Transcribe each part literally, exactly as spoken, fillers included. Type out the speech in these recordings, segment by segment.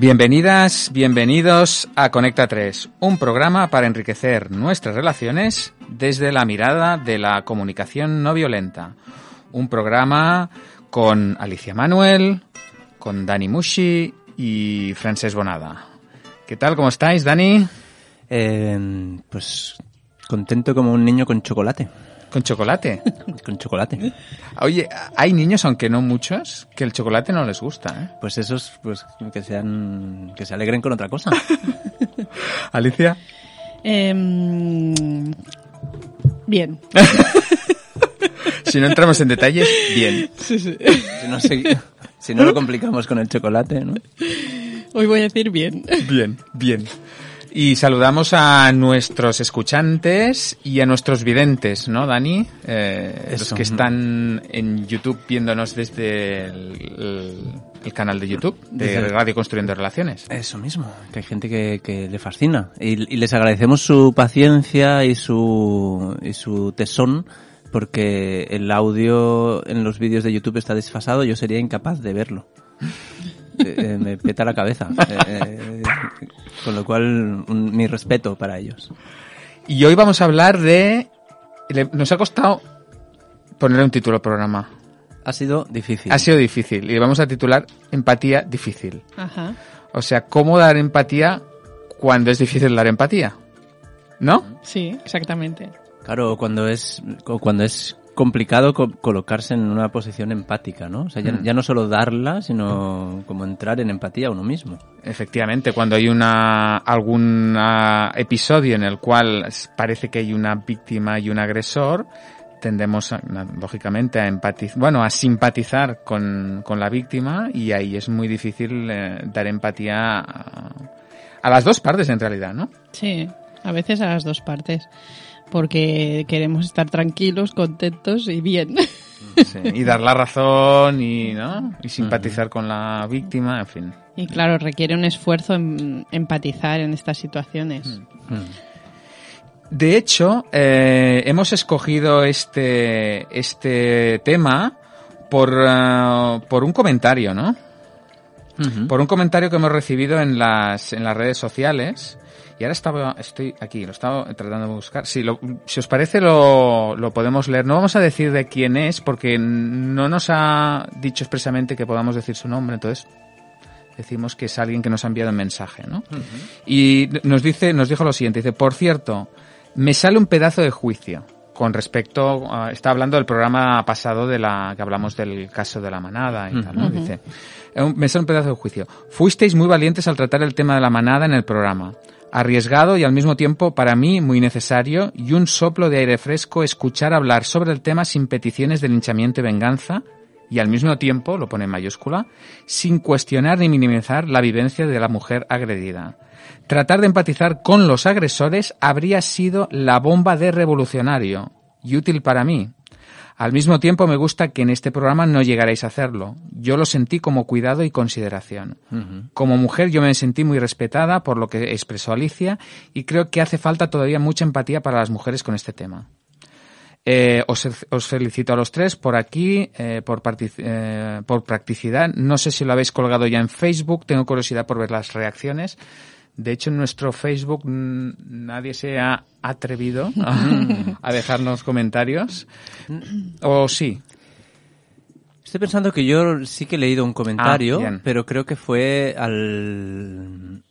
Bienvenidas, bienvenidos a Conecta tres, un programa para enriquecer nuestras relaciones desde la mirada de la comunicación no violenta. Un programa con Alicia Manuel, con Dani Mushi y Francesc Bonada. ¿Qué tal? ¿Cómo estáis, Dani? Eh, pues contento como un niño con chocolate. ¿Con chocolate? Con chocolate. Oye, hay niños, aunque no muchos, que el chocolate no les gusta, ¿eh? Pues esos, pues que sean, que se alegren con otra cosa. Alicia. Eh, bien. Si no entramos en detalles, bien. Sí, sí. Si no, si, si no lo complicamos con el chocolate, ¿no? Hoy voy a decir bien. Bien, bien. Y saludamos a nuestros escuchantes y a nuestros videntes, ¿no, Dani? Eh, los que están en YouTube viéndonos desde el, el, el canal de YouTube de Radio Construyendo Relaciones. Eso mismo, que hay gente que, que le fascina. Y, y les agradecemos su paciencia y su, y su tesón, porque el audio en los vídeos de YouTube está desfasado, yo sería incapaz de verlo. Eh, me peta la cabeza, eh, eh, con lo cual un, mi respeto para ellos. Y hoy vamos a hablar de... Le, nos ha costado ponerle un título al programa. Ha sido difícil. Ha sido difícil y vamos a titular Empatía difícil. Ajá. O sea, ¿cómo dar empatía cuando es difícil dar empatía? ¿No? Sí, exactamente. Claro, cuando es cuando es complicado co- colocarse en una posición empática, ¿no? O sea, ya, Mm. ya no solo darla, sino como entrar en empatía a uno mismo. Efectivamente, cuando hay una algún ah, episodio en el cual parece que hay una víctima y un agresor, tendemos, a, lógicamente, a empatizar, bueno, a simpatizar con, con la víctima, y ahí es muy difícil eh, dar empatía a, a las dos partes, en realidad, ¿no? Sí, a veces a las dos partes. Porque queremos estar tranquilos, contentos y bien. Sí, y dar la razón y, ¿no? Y simpatizar uh-huh. con la víctima, en fin. Y claro, requiere un esfuerzo en empatizar en estas situaciones. Uh-huh. De hecho, eh, hemos escogido este este tema por uh, por un comentario, ¿no? Uh-huh. Por un comentario que hemos recibido en las en las redes sociales. Y ahora estaba, estoy aquí, lo estaba tratando de buscar. Sí, lo, si os parece lo, lo podemos leer. No vamos a decir de quién es porque no nos ha dicho expresamente que podamos decir su nombre, entonces decimos que es alguien que nos ha enviado un mensaje, ¿no? Uh-huh. Y nos dice, nos dijo lo siguiente, dice, por cierto, me sale un pedazo de juicio con respecto a, está hablando del programa pasado de la que hablamos del caso de la manada y uh-huh. tal, ¿no? Dice, me sale un pedazo de juicio. Fuisteis muy valientes al tratar el tema de la manada en el programa. Arriesgado y al mismo tiempo, para mí, muy necesario, y un soplo de aire fresco escuchar hablar sobre el tema sin peticiones de linchamiento y venganza, y al mismo tiempo, lo pone en mayúscula, sin cuestionar ni minimizar la vivencia de la mujer agredida. Tratar de empatizar con los agresores habría sido la bomba de revolucionario y útil para mí. Al mismo tiempo me gusta que en este programa no llegarais a hacerlo. Yo lo sentí como cuidado y consideración. Uh-huh. Como mujer yo me sentí muy respetada por lo que expresó Alicia y creo que hace falta todavía mucha empatía para las mujeres con este tema. Eh, os, os felicito a los tres por aquí, eh, por, partic- eh, por practicidad. No sé si lo habéis colgado ya en Facebook, tengo curiosidad por ver las reacciones. De hecho, en nuestro Facebook n- nadie se ha atrevido a, a dejarnos comentarios. ¿O sí? Estoy pensando que yo sí que he leído un comentario, ah, pero creo que fue al,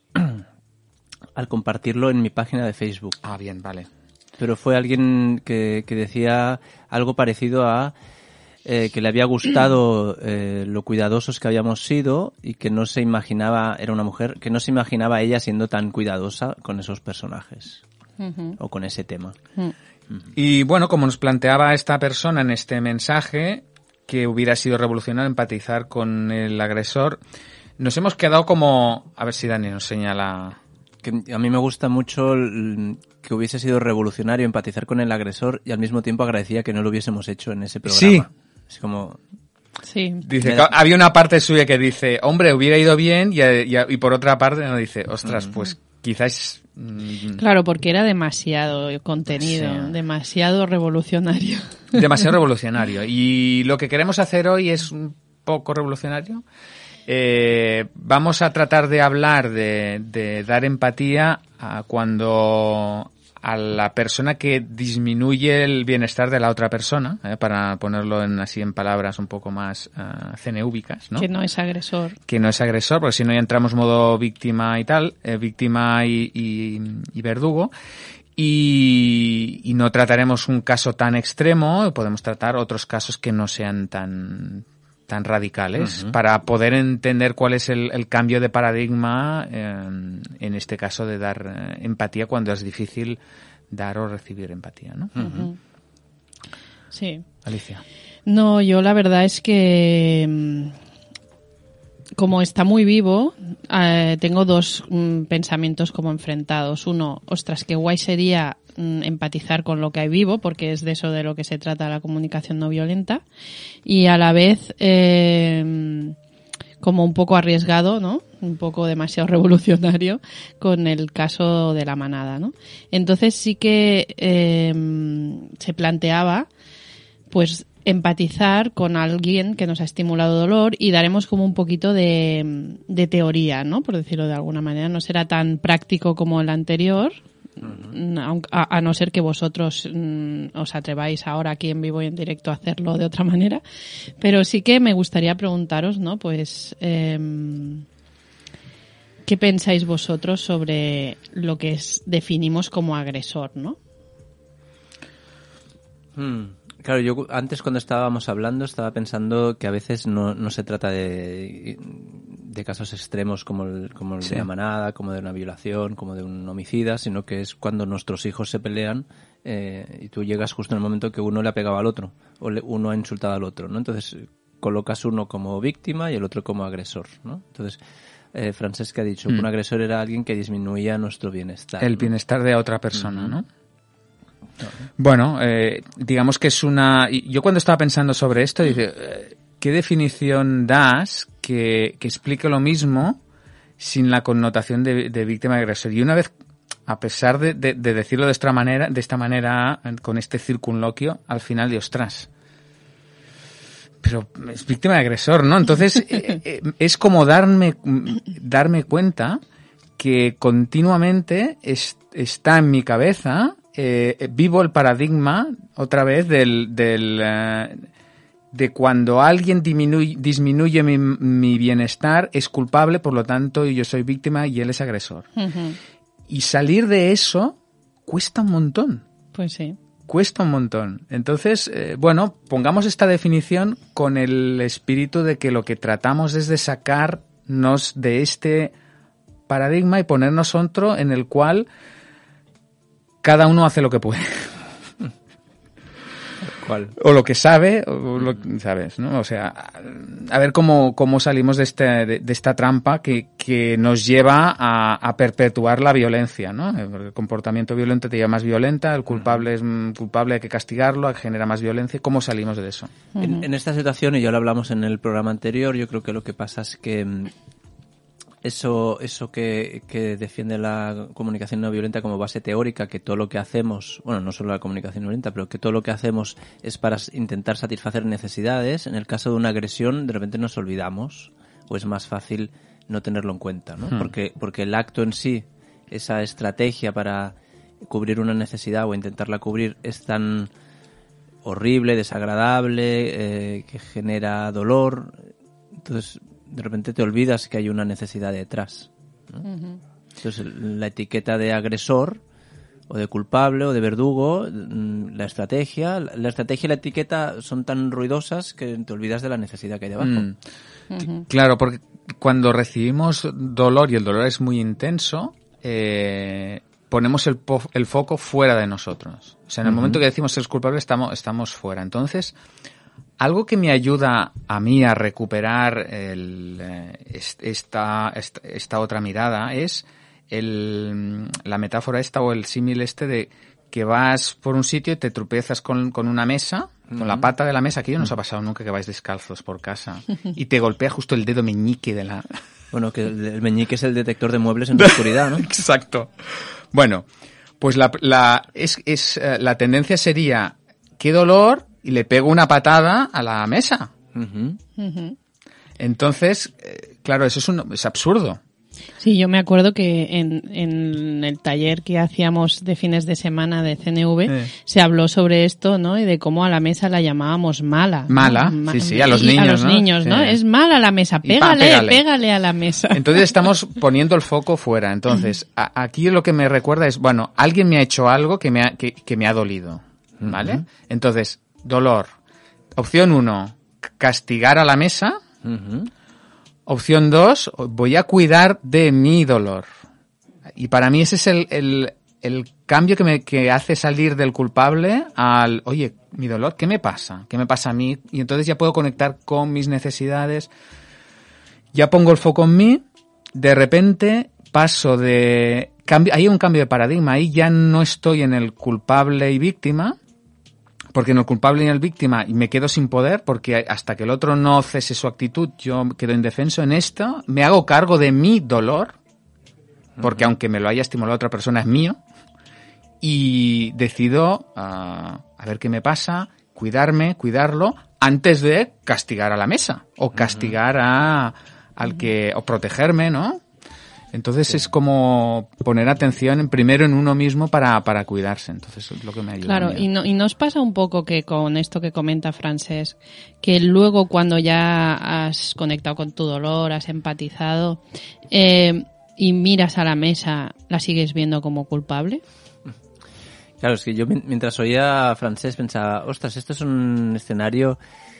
al compartirlo en mi página de Facebook. Ah, bien, vale. Pero fue alguien que, que decía algo parecido a... Eh, que le había gustado eh, lo cuidadosos que habíamos sido y que no se imaginaba, era una mujer, que no se imaginaba ella siendo tan cuidadosa con esos personajes uh-huh. o con ese tema. Uh-huh. Y bueno, como nos planteaba esta persona en este mensaje, que hubiera sido revolucionario empatizar con el agresor, nos hemos quedado como... A ver si Dani nos señala... Que a mí me gusta mucho el, que hubiese sido revolucionario empatizar con el agresor y al mismo tiempo agradecía que no lo hubiésemos hecho en ese programa. Sí. Es como... Sí. Dice, que había una parte suya que dice, hombre, hubiera ido bien, y, y, y por otra parte no dice, ostras, mm. pues quizás... Mm, claro, porque era demasiado contenido, sí. demasiado revolucionario. Demasiado revolucionario. Y lo que queremos hacer hoy es un poco revolucionario. Eh, vamos a tratar de hablar de, de dar empatía a cuando a la persona que disminuye el bienestar de la otra persona, eh, para ponerlo en, así en palabras un poco más uh, ceneúbicas, ¿no? Que no es agresor. Que no es agresor, porque si no ya entramos modo víctima y tal, eh, víctima y, y, y verdugo. Y, y no trataremos un caso tan extremo, podemos tratar otros casos que no sean tan tan radicales, uh-huh. para poder entender cuál es el, el cambio de paradigma, eh, en este caso de dar eh, empatía cuando es difícil dar o recibir empatía, ¿no? Uh-huh. Sí. Alicia. No, yo la verdad es que como está muy vivo, eh, tengo dos mm, pensamientos como enfrentados. Uno, ostras, qué guay sería mm, empatizar con lo que hay vivo, porque es de eso de lo que se trata la comunicación no violenta. Y a la vez, eh, como un poco arriesgado, ¿no? Un poco demasiado revolucionario con el caso de la manada, ¿no? Entonces sí que eh, se planteaba, pues, empatizar con alguien que nos ha estimulado dolor y daremos como un poquito de, de teoría, ¿no? Por decirlo de alguna manera. No será tan práctico como el anterior, uh-huh. a, a no ser que vosotros mm, os atreváis ahora aquí en vivo y en directo a hacerlo de otra manera. Pero sí que me gustaría preguntaros, ¿no? Pues, eh, ¿qué pensáis vosotros sobre lo que es, definimos como agresor, ¿no? Hmm. Claro, yo antes cuando estábamos hablando estaba pensando que a veces no, no se trata de, de casos extremos como el, como el sí. de la manada, como de una violación, como de un homicida, sino que es cuando nuestros hijos se pelean eh, y tú llegas justo en el momento que uno le ha pegado al otro o le, uno ha insultado al otro, ¿no? Entonces colocas uno como víctima y el otro como agresor, ¿no? Entonces eh, Francesca ha dicho mm. que un agresor era alguien que disminuía nuestro bienestar. El ¿no? bienestar de otra persona, mm-hmm. ¿no? Bueno, eh, digamos que es una... Yo cuando estaba pensando sobre esto, dije, ¿qué definición das que, que explique lo mismo sin la connotación de, de víctima y agresor? Y una vez, a pesar de, de, de decirlo de esta manera, de esta manera, con este circunloquio, al final de ostras. Pero es víctima y agresor, ¿no? Entonces, eh, eh, es como darme, darme cuenta que continuamente es, está en mi cabeza... Eh, vivo el paradigma otra vez del, del uh, de cuando alguien disminuye, disminuye mi, mi bienestar es culpable, por lo tanto yo soy víctima y él es agresor. Uh-huh. Y salir de eso cuesta un montón. Pues sí. Cuesta un montón. Entonces, eh, bueno, pongamos esta definición con el espíritu de que lo que tratamos es de sacarnos de este paradigma y ponernos otro en el cual cada uno hace lo que puede. ¿Cuál? O lo que sabe, o lo sabes, ¿no? O sea, a ver cómo, cómo salimos de, este, de, de esta trampa que, que nos lleva a, a perpetuar la violencia, ¿no? El comportamiento violento te lleva más violenta, el culpable es culpable, hay que castigarlo, genera más violencia. ¿Cómo salimos de eso? En, en esta situación, y ya lo hablamos en el programa anterior, yo creo que lo que pasa es que Eso, eso que, que defiende la comunicación no violenta como base teórica, que todo lo que hacemos, bueno, no solo la comunicación no violenta, pero que todo lo que hacemos es para intentar satisfacer necesidades, en el caso de una agresión, de repente nos olvidamos, o es más fácil no tenerlo en cuenta, ¿no? Hmm. Porque, porque el acto en sí, esa estrategia para cubrir una necesidad o intentarla cubrir es tan horrible, desagradable, eh, que genera dolor, entonces de repente te olvidas que hay una necesidad detrás, ¿no? Uh-huh. Entonces, la etiqueta de agresor o de culpable o de verdugo, la estrategia, la estrategia y la etiqueta son tan ruidosas que te olvidas de la necesidad que hay debajo. Mm. Uh-huh. Claro, porque cuando recibimos dolor y el dolor es muy intenso, eh, ponemos el, po- el foco fuera de nosotros. O sea, en el uh-huh. momento que decimos ser culpable estamos, estamos fuera. Entonces, algo que me ayuda a mí a recuperar el, esta, esta, esta otra mirada es el, la metáfora esta o el símil este de que vas por un sitio y te tropezas con, con una mesa, uh-huh. con la pata de la mesa, que yo no os ha pasado nunca que vais descalzos por casa, y te golpea justo el dedo meñique de la... Bueno, que el, el meñique es el detector de muebles en la oscuridad, ¿no? Exacto. Bueno, pues la, la, es, es, la tendencia sería, qué dolor... y le pego una patada a la mesa. Uh-huh. Uh-huh. Entonces, eh, Claro, eso es, un, es absurdo. Sí, yo me acuerdo que en, en el taller que hacíamos de fines de semana de C N V eh. se habló sobre esto, ¿no? Y de cómo a la mesa la llamábamos mala. Mala, ¿no? sí, sí, a los niños, a los ¿no? niños, ¿no? Sí. Es mala la mesa, pégale, pa, pégale, pégale a la mesa. Entonces estamos poniendo el foco fuera. Entonces, a, aquí lo que me recuerda es, bueno, alguien me ha hecho algo que me ha, que, que me ha dolido, ¿vale? Uh-huh. Entonces, dolor. Opción uno, castigar a la mesa. Uh-huh. Opción dos, voy a cuidar de mi dolor. Y para mí ese es el, el, el cambio que me que hace salir del culpable al, oye, mi dolor, ¿qué me pasa? ¿Qué me pasa a mí? Y entonces ya puedo conectar con mis necesidades. Ya pongo el foco en mí. De repente paso de... Cambio, hay un cambio de paradigma. Ahí ya no estoy en el culpable y víctima. Porque en el culpable y en el víctima me quedo sin poder, porque hasta que el otro no cese su actitud, yo quedo indefenso. En esto me hago cargo de mi dolor, porque uh-huh. aunque me lo haya estimulado otra persona, es mío, y decido uh, a ver qué me pasa, cuidarme, cuidarlo, antes de castigar a la mesa, o castigar a al que, o protegerme, ¿no? Entonces sí. es como poner atención primero en uno mismo para, para cuidarse. Entonces es lo que me ayuda. Claro, y, no, y nos pasa un poco que con esto que comenta Francesc, que luego cuando ya has conectado con tu dolor, has empatizado eh, y miras a la mesa, ¿la sigues viendo como culpable? Claro, es que yo mientras oía a Francesc pensaba, ostras, esto es un escenario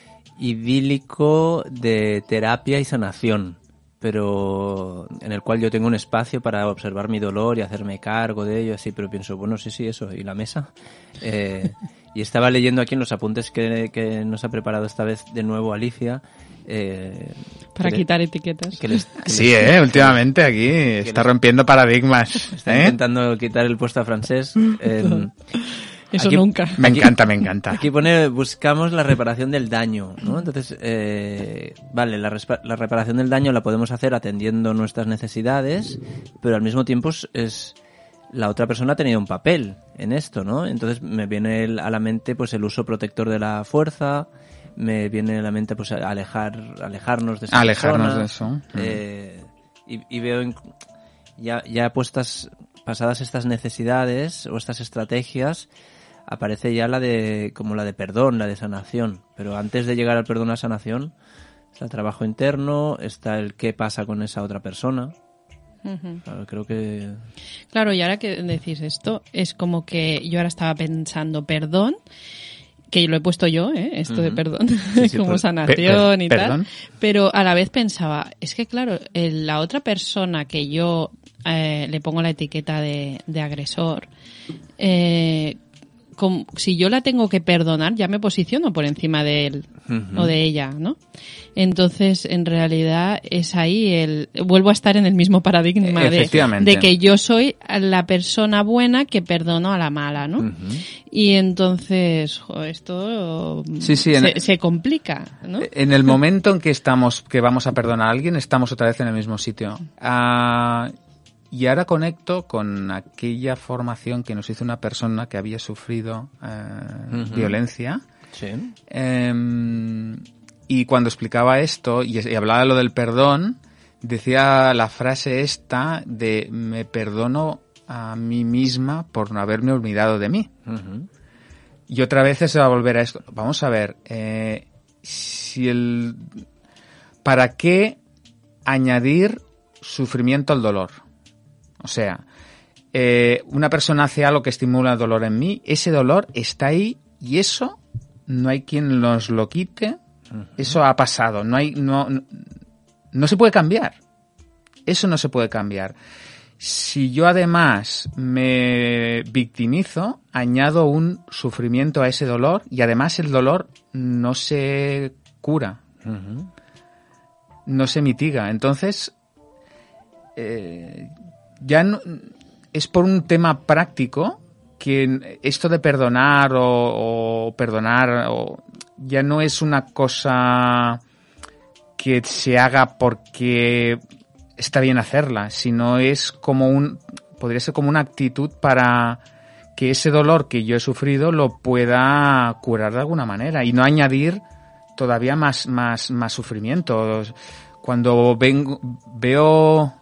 idílico de terapia y sanación, pero en el cual yo tengo un espacio para observar mi dolor y hacerme cargo de ello, así, pero pienso, bueno, sí, sí, eso, ¿y la mesa? Eh, y estaba leyendo aquí en los apuntes que, que nos ha preparado esta vez de nuevo Alicia. Eh, para que quitar le, etiquetas. Que les, que sí, les, eh, últimamente aquí está les, rompiendo paradigmas. Está ¿eh? intentando quitar el puesto a Francesc. Eh, Eso aquí, nunca. Me encanta, me encanta. Aquí pone, buscamos la reparación del daño, ¿no? Entonces, eh, vale, la, la reparación del daño la podemos hacer atendiendo nuestras necesidades, pero al mismo tiempo es, es la otra persona ha tenido un papel en esto, ¿no? Entonces me viene el, a la mente pues el uso protector de la fuerza, me viene a la mente pues alejar, alejarnos de esa alejarnos persona, de eso. Eh, y, y veo en, ya, ya puestas, pasadas estas necesidades o estas estrategias, aparece ya la de, como la de perdón, la de sanación. Pero antes de llegar al perdón, a la sanación, está el trabajo interno, está el qué pasa con esa otra persona. Uh-huh. Claro, creo que... Claro, y ahora que decís esto, es como que yo ahora estaba pensando perdón, que lo he puesto yo, ¿eh? Esto uh-huh. de perdón, sí, sí, como pues, sanación pe- pe- y ¿perdón? Tal. Pero a la vez pensaba, es que claro, el, la otra persona que yo eh, le pongo la etiqueta de, de agresor, eh, Como, si yo la tengo que perdonar, ya me posiciono por encima de él uh-huh. o de ella, ¿no? Entonces, en realidad, es ahí el... Vuelvo a estar en el mismo paradigma de, de que yo soy la persona buena que perdono a la mala, ¿no? Uh-huh. Y entonces, jo, esto sí, sí, se, en, se complica, ¿no? En el momento en que estamos, que vamos a perdonar a alguien, estamos otra vez en el mismo sitio. Ah... Uh, Y ahora conecto con aquella formación que nos hizo una persona que había sufrido eh, uh-huh. violencia. Sí. Eh, y cuando explicaba esto y, y hablaba de lo del perdón, decía la frase esta de me perdono a mí misma por no haberme olvidado de mí. Uh-huh. Y otra vez se va a volver a esto. Vamos a ver, eh, si el, ¿para qué añadir sufrimiento al dolor? O sea, eh, una persona hace algo que estimula el dolor en mí, ese dolor está ahí y eso no hay quien nos lo quite, uh-huh. eso ha pasado, no hay, no, no, no se puede cambiar, eso no se puede cambiar. Si yo además me victimizo, añado un sufrimiento a ese dolor y además el dolor no se cura, uh-huh. no se mitiga, entonces... Eh, ya no, es por un tema práctico que esto de perdonar o, o perdonar o, ya no es una cosa que se haga porque está bien hacerla, sino es como un, podría ser como una actitud para que ese dolor que yo he sufrido lo pueda curar de alguna manera y no añadir todavía más, más, más sufrimiento. cuando vengo, veo,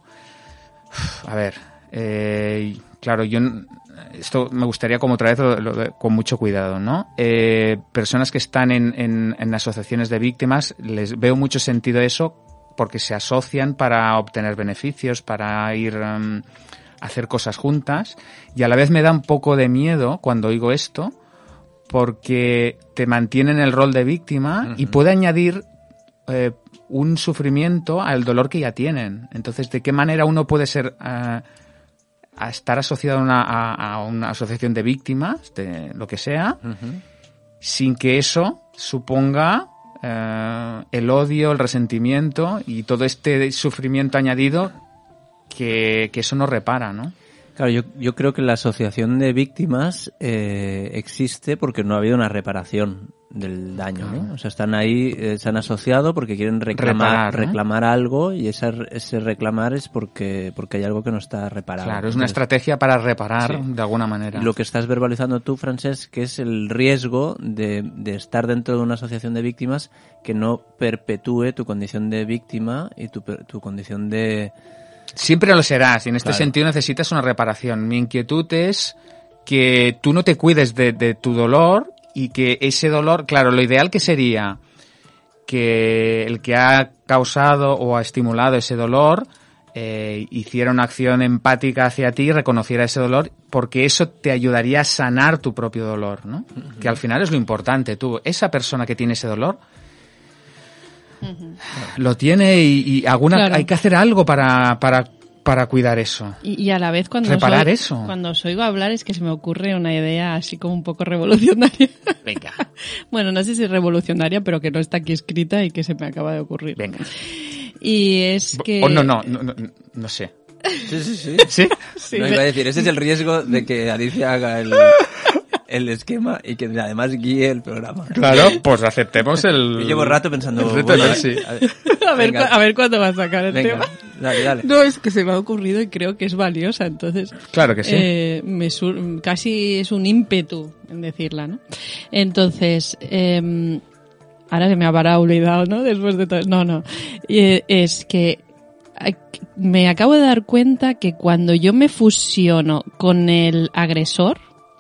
a ver, eh, claro, yo esto me gustaría como otra vez lo, lo, con mucho cuidado, ¿no? Eh, personas que están en, en, en asociaciones de víctimas, les veo mucho sentido eso porque se asocian para obtener beneficios, para ir um, a hacer cosas juntas, y a la vez me da un poco de miedo cuando oigo esto porque te mantiene en el rol de víctima uh-huh. y puede añadir eh, un sufrimiento al dolor que ya tienen. Entonces, ¿de qué manera uno puede ser uh, a estar asociado a una, a, a una asociación de víctimas, de lo que sea, uh-huh. sin que eso suponga uh, el odio, el resentimiento y todo este sufrimiento añadido que, que eso no repara, ¿no? Claro, yo, yo creo que la asociación de víctimas eh, existe porque no ha habido una reparación del daño, ¿no? O sea, están ahí, eh, se han asociado porque quieren reclamar Reparar, ¿no? reclamar algo, y ese, ese reclamar es porque porque hay algo que no está reparado. Claro, es una Entonces, estrategia para reparar sí. de alguna manera. Y lo que estás verbalizando tú, Francesc, que es el riesgo de, de estar dentro de una asociación de víctimas que no perpetúe tu condición de víctima y tu, tu condición de... Siempre lo serás, y en este claro. sentido necesitas una reparación. Mi inquietud es que tú no te cuides de, de tu dolor y que ese dolor, claro, lo ideal que sería que el que ha causado o ha estimulado ese dolor eh, hiciera una acción empática hacia ti y reconociera ese dolor, porque eso te ayudaría a sanar tu propio dolor, ¿no? Uh-huh. Que al final es lo importante. Tú, esa persona que tiene ese dolor, uh-huh. lo tiene y, y alguna claro. hay que hacer algo para para para cuidar eso. Y, y a la vez cuando reparar os, eso. Cuando os oigo hablar es que se me ocurre una idea así como un poco revolucionaria. Venga. Bueno, no sé si es revolucionaria, pero que no está aquí escrita y que se me acaba de ocurrir. Venga. Y es que... Oh, no, no, no, no, no sé. Sí, sí, sí. ¿Sí? Sí. No, iba a decir, ese es el riesgo de que Alicia haga el... el esquema y que además guíe el programa. Claro, pues aceptemos el... Yo llevo rato pensando... El reto, a, sí. a, ver, a, ver, a ver cuándo va a sacar el venga, tema. Dale, dale. No, es que se me ha ocurrido y creo que es valiosa, entonces... Claro que sí. Eh, me sur- casi es un ímpetu en decirla, ¿no? Entonces... Eh, ahora se me habrá olvidado, ¿no? Después de todo... No, no. Eh, es que... Me acabo de dar cuenta que cuando yo me fusiono con el agresor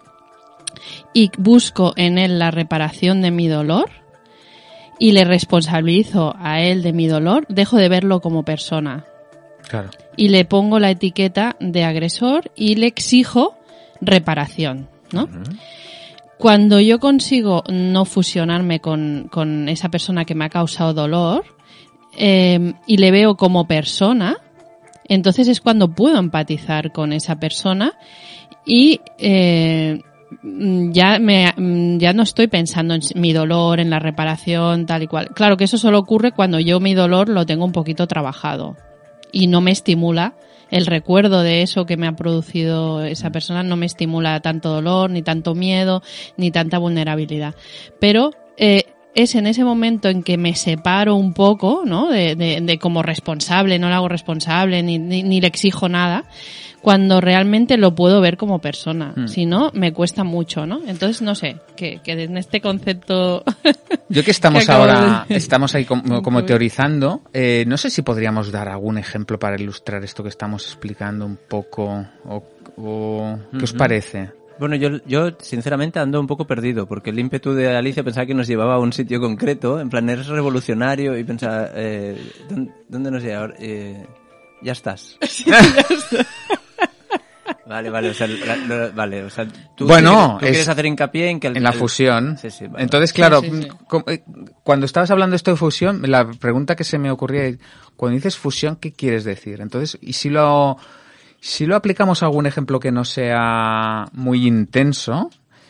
y busco en él la reparación de mi dolor y le responsabilizo a él de mi dolor, dejo de verlo como persona. Claro. Y le pongo la etiqueta de agresor y le exijo reparación, ¿no? Uh-huh. Cuando yo consigo no fusionarme con, con esa persona que me ha causado dolor eh, y le veo como persona, entonces es cuando puedo empatizar con esa persona y... Eh, ya me ya no estoy pensando en mi dolor, en la reparación, tal y cual. Claro que eso solo ocurre cuando yo mi dolor lo tengo un poquito trabajado y no me estimula el recuerdo de eso que me ha producido esa persona, no me estimula tanto dolor, ni tanto miedo, ni tanta vulnerabilidad. Pero eh, es en ese momento en que me separo un poco, ¿no? De, de, de como responsable, no lo hago responsable, ni, ni, ni le exijo nada, cuando realmente lo puedo ver como persona. Mm. Si no, me cuesta mucho, ¿no? Entonces, no sé, que, que en este concepto... Yo que estamos que ahora, de... estamos ahí como, como teorizando, eh, no sé si podríamos dar algún ejemplo para ilustrar esto que estamos explicando un poco, o, o ¿qué uh-huh. os parece? Bueno, yo, yo sinceramente ando un poco perdido, porque el ímpetu de Alicia pensaba que nos llevaba a un sitio concreto, en plan, eres revolucionario, y pensaba, eh, ¿dónde, ¿dónde nos lleva? Eh, ya estás. Sí, ya está. Vale, vale, o sea, la, la, vale, o sea, tú, bueno, tú quieres, tú quieres hacer hincapié en que el, en la fusión. Sí, sí, vale. Entonces, claro, sí, sí, sí. cuando estabas hablando de esto de fusión, la pregunta que se me ocurría es, cuando dices fusión, ¿qué quieres decir? Entonces, y si lo si lo aplicamos a algún ejemplo que no sea muy intenso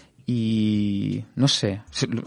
y no sé.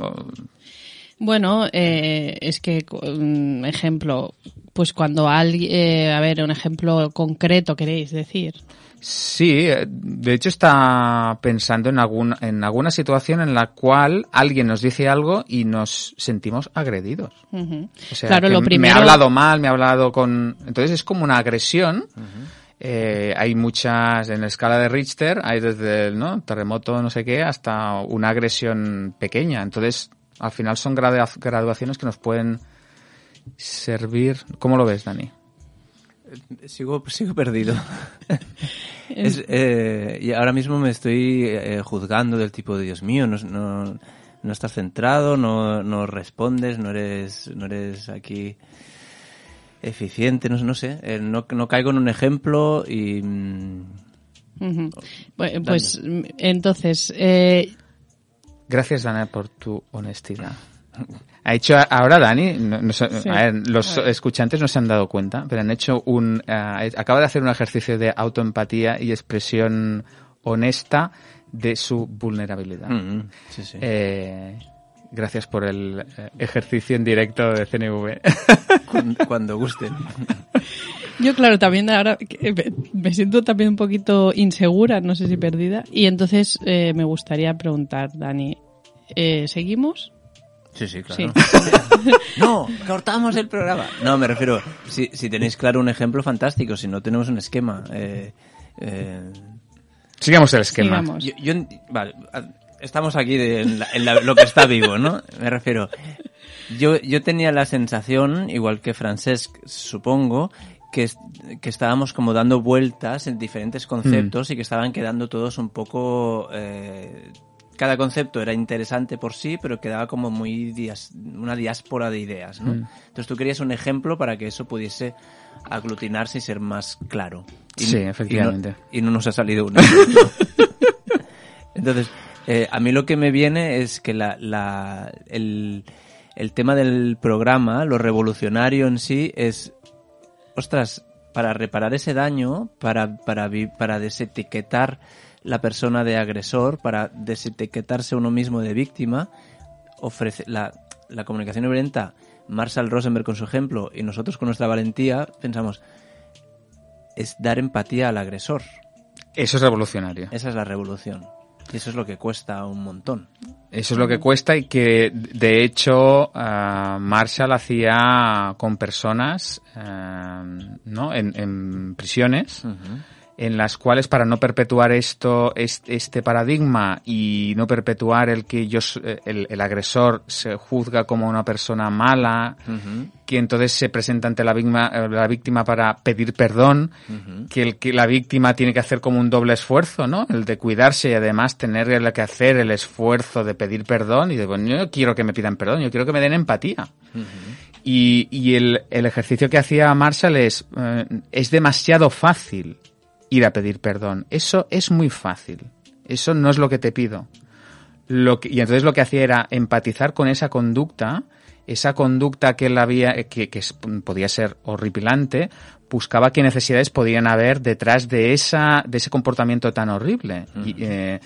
Bueno, eh, es que, un ejemplo, pues cuando alguien, eh, a ver, un ejemplo concreto queréis decir. Sí, de hecho está pensando en algún, en alguna situación en la cual alguien nos dice algo y nos sentimos agredidos. Uh-huh. O sea, claro, que lo primero... me ha hablado mal, me ha hablado con... Entonces es como una agresión. Uh-huh. Eh, hay muchas, en la escala de Richter, hay desde el ¿no? terremoto no sé qué hasta una agresión pequeña. Entonces, al final son gradua- graduaciones que nos pueden servir... ¿Cómo lo ves, Dani? Sigo, sigo perdido. es, eh, y ahora mismo me estoy eh, juzgando del tipo de Dios mío, no, no, no estás centrado, no, no respondes, no eres, no eres aquí eficiente, no, no sé, eh, no, no caigo en un ejemplo y... Uh-huh. Bueno, pues entonces... Eh... Gracias, Dani, por tu honestidad. Ha hecho ahora Dani, no, no, sí. a ver, los a ver. escuchantes no se han dado cuenta, pero han hecho un, uh, acaba de hacer un ejercicio de autoempatía y expresión honesta de su vulnerabilidad. Mm-hmm. Sí, sí. Eh, gracias por el ejercicio en directo de C N V. Cuando, cuando gusten. Yo, claro, también ahora me siento también un poquito insegura, no sé si perdida, y entonces eh, me gustaría preguntar, Dani, eh, ¿seguimos? Sí, sí, claro. Sí. No, cortamos el programa. No, me refiero, si, si tenéis claro un ejemplo, fantástico. Si no, tenemos un esquema. Eh, eh... Sigamos el esquema. Sigamos. Yo, yo, vale, estamos aquí de, en, la, en la, lo que está vivo, ¿no? Me refiero. Yo, yo tenía la sensación, igual que Francesc, supongo, que, que estábamos como dando vueltas en diferentes conceptos mm. y que estaban quedando todos un poco... Eh, cada concepto era interesante por sí, pero quedaba como muy dias, una diáspora de ideas, ¿no? Mm. Entonces tú querías un ejemplo para que eso pudiese aglutinarse y ser más claro. Y, sí, efectivamente. Y no, y no nos ha salido uno. Entonces, eh, a mí lo que me viene es que la, la, el, el tema del programa, lo revolucionario en sí, es, ostras, para reparar ese daño, para, para, para desetiquetar la persona de agresor, para desetiquetarse uno mismo de víctima, ofrece la, la comunicación no violenta, Marshall Rosenberg con su ejemplo y nosotros con nuestra valentía, pensamos, es dar empatía al agresor. Eso es revolucionario. Esa es la revolución. Y eso es lo que cuesta un montón. Eso es lo que cuesta y que, de hecho, uh, Marshall hacía con personas, uh, ¿no? En, en prisiones, uh-huh. en las cuales, para no perpetuar esto, este, este paradigma y no perpetuar el que yo, el, el agresor se juzga como una persona mala, uh-huh. que entonces se presenta ante la víctima, la víctima para pedir perdón, uh-huh. que el que la víctima tiene que hacer como un doble esfuerzo, ¿no? El de cuidarse y además tener que hacer el esfuerzo de pedir perdón y de, bueno, yo no quiero que me pidan perdón, yo quiero que me den empatía. Uh-huh. Y, y el, el ejercicio que hacía Marshall es, eh, es demasiado fácil ir a pedir perdón. Eso es muy fácil. Eso no es lo que te pido. Lo que, y entonces lo que hacía era empatizar con esa conducta, esa conducta que él había, que, que podía ser horripilante, buscaba qué necesidades podían haber detrás de esa, de ese comportamiento tan horrible. Uh-huh. Y, eh,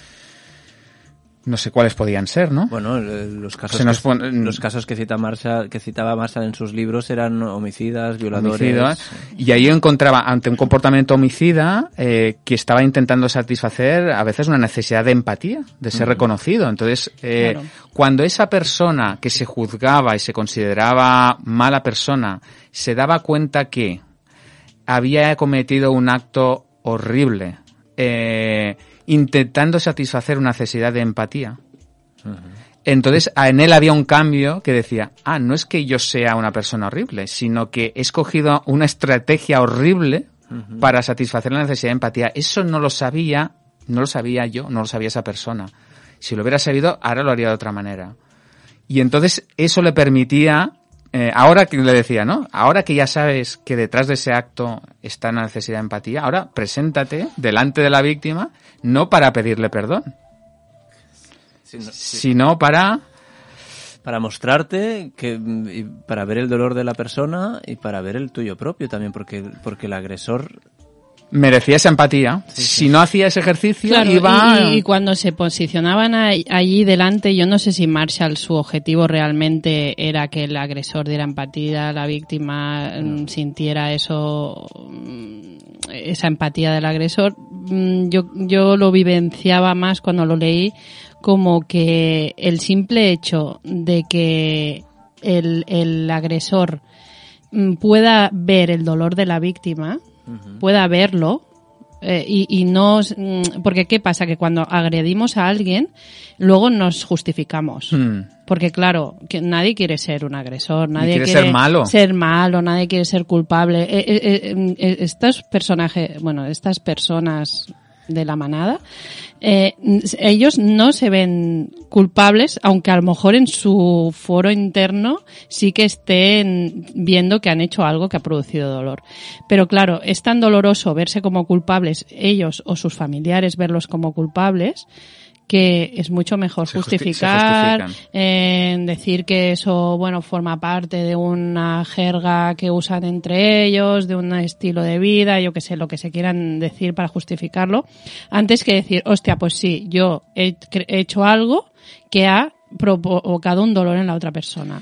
no sé cuáles podían ser, ¿no? Bueno, los casos, que, pone... los casos que cita Marshall, que citaba Marshall en sus libros eran homicidas, violadores. Homicidas, y ahí encontraba ante un comportamiento homicida eh, que estaba intentando satisfacer a veces una necesidad de empatía, de ser uh-huh. reconocido. Entonces, eh, claro. cuando esa persona que se juzgaba y se consideraba mala persona se daba cuenta que había cometido un acto horrible, eh, intentando satisfacer una necesidad de empatía. Uh-huh. Entonces, en él había un cambio que decía, ah, no es que yo sea una persona horrible, sino que he escogido una estrategia horrible uh-huh. para satisfacer la necesidad de empatía. Eso no lo sabía, no lo sabía yo, no lo sabía esa persona. Si lo hubiera sabido, ahora lo haría de otra manera. Y entonces eso le permitía, eh, ahora que le decía, ¿no? Ahora que ya sabes que detrás de ese acto está una necesidad de empatía, ahora preséntate delante de la víctima, no para pedirle perdón, sí, no, sí. sino para... Para mostrarte, que y para ver el dolor de la persona y para ver el tuyo propio también, porque, porque el agresor... merecía esa empatía. Sí, sí. Si no hacía ese ejercicio, claro, iba... Y, y cuando se posicionaban allí delante, yo no sé si Marshall, su objetivo realmente era que el agresor diera empatía, la víctima no. sintiera eso, esa empatía del agresor. Yo, yo lo vivenciaba más cuando lo leí como que el simple hecho de que el, el agresor pueda ver el dolor de la víctima, uh-huh. pueda verlo, eh, y, y no... Porque ¿qué pasa? Que cuando agredimos a alguien, luego nos justificamos. Mm. Porque claro, que nadie quiere ser un agresor, nadie quiere, quiere ser malo. ser malo, nadie quiere ser culpable. Eh, eh, eh, estos personajes, bueno, estas personas de la manada, eh, ellos no se ven culpables, aunque a lo mejor en su foro interno sí que estén viendo que han hecho algo que ha producido dolor. Pero claro, es tan doloroso verse como culpables ellos o sus familiares verlos como culpables, que es mucho mejor se justificar, justi- se eh, decir que eso, bueno, forma parte de una jerga que usan entre ellos, de un estilo de vida, yo que sé, lo que se quieran decir para justificarlo, antes que decir, hostia, pues sí, yo he, he hecho algo que ha provocado un dolor en la otra persona.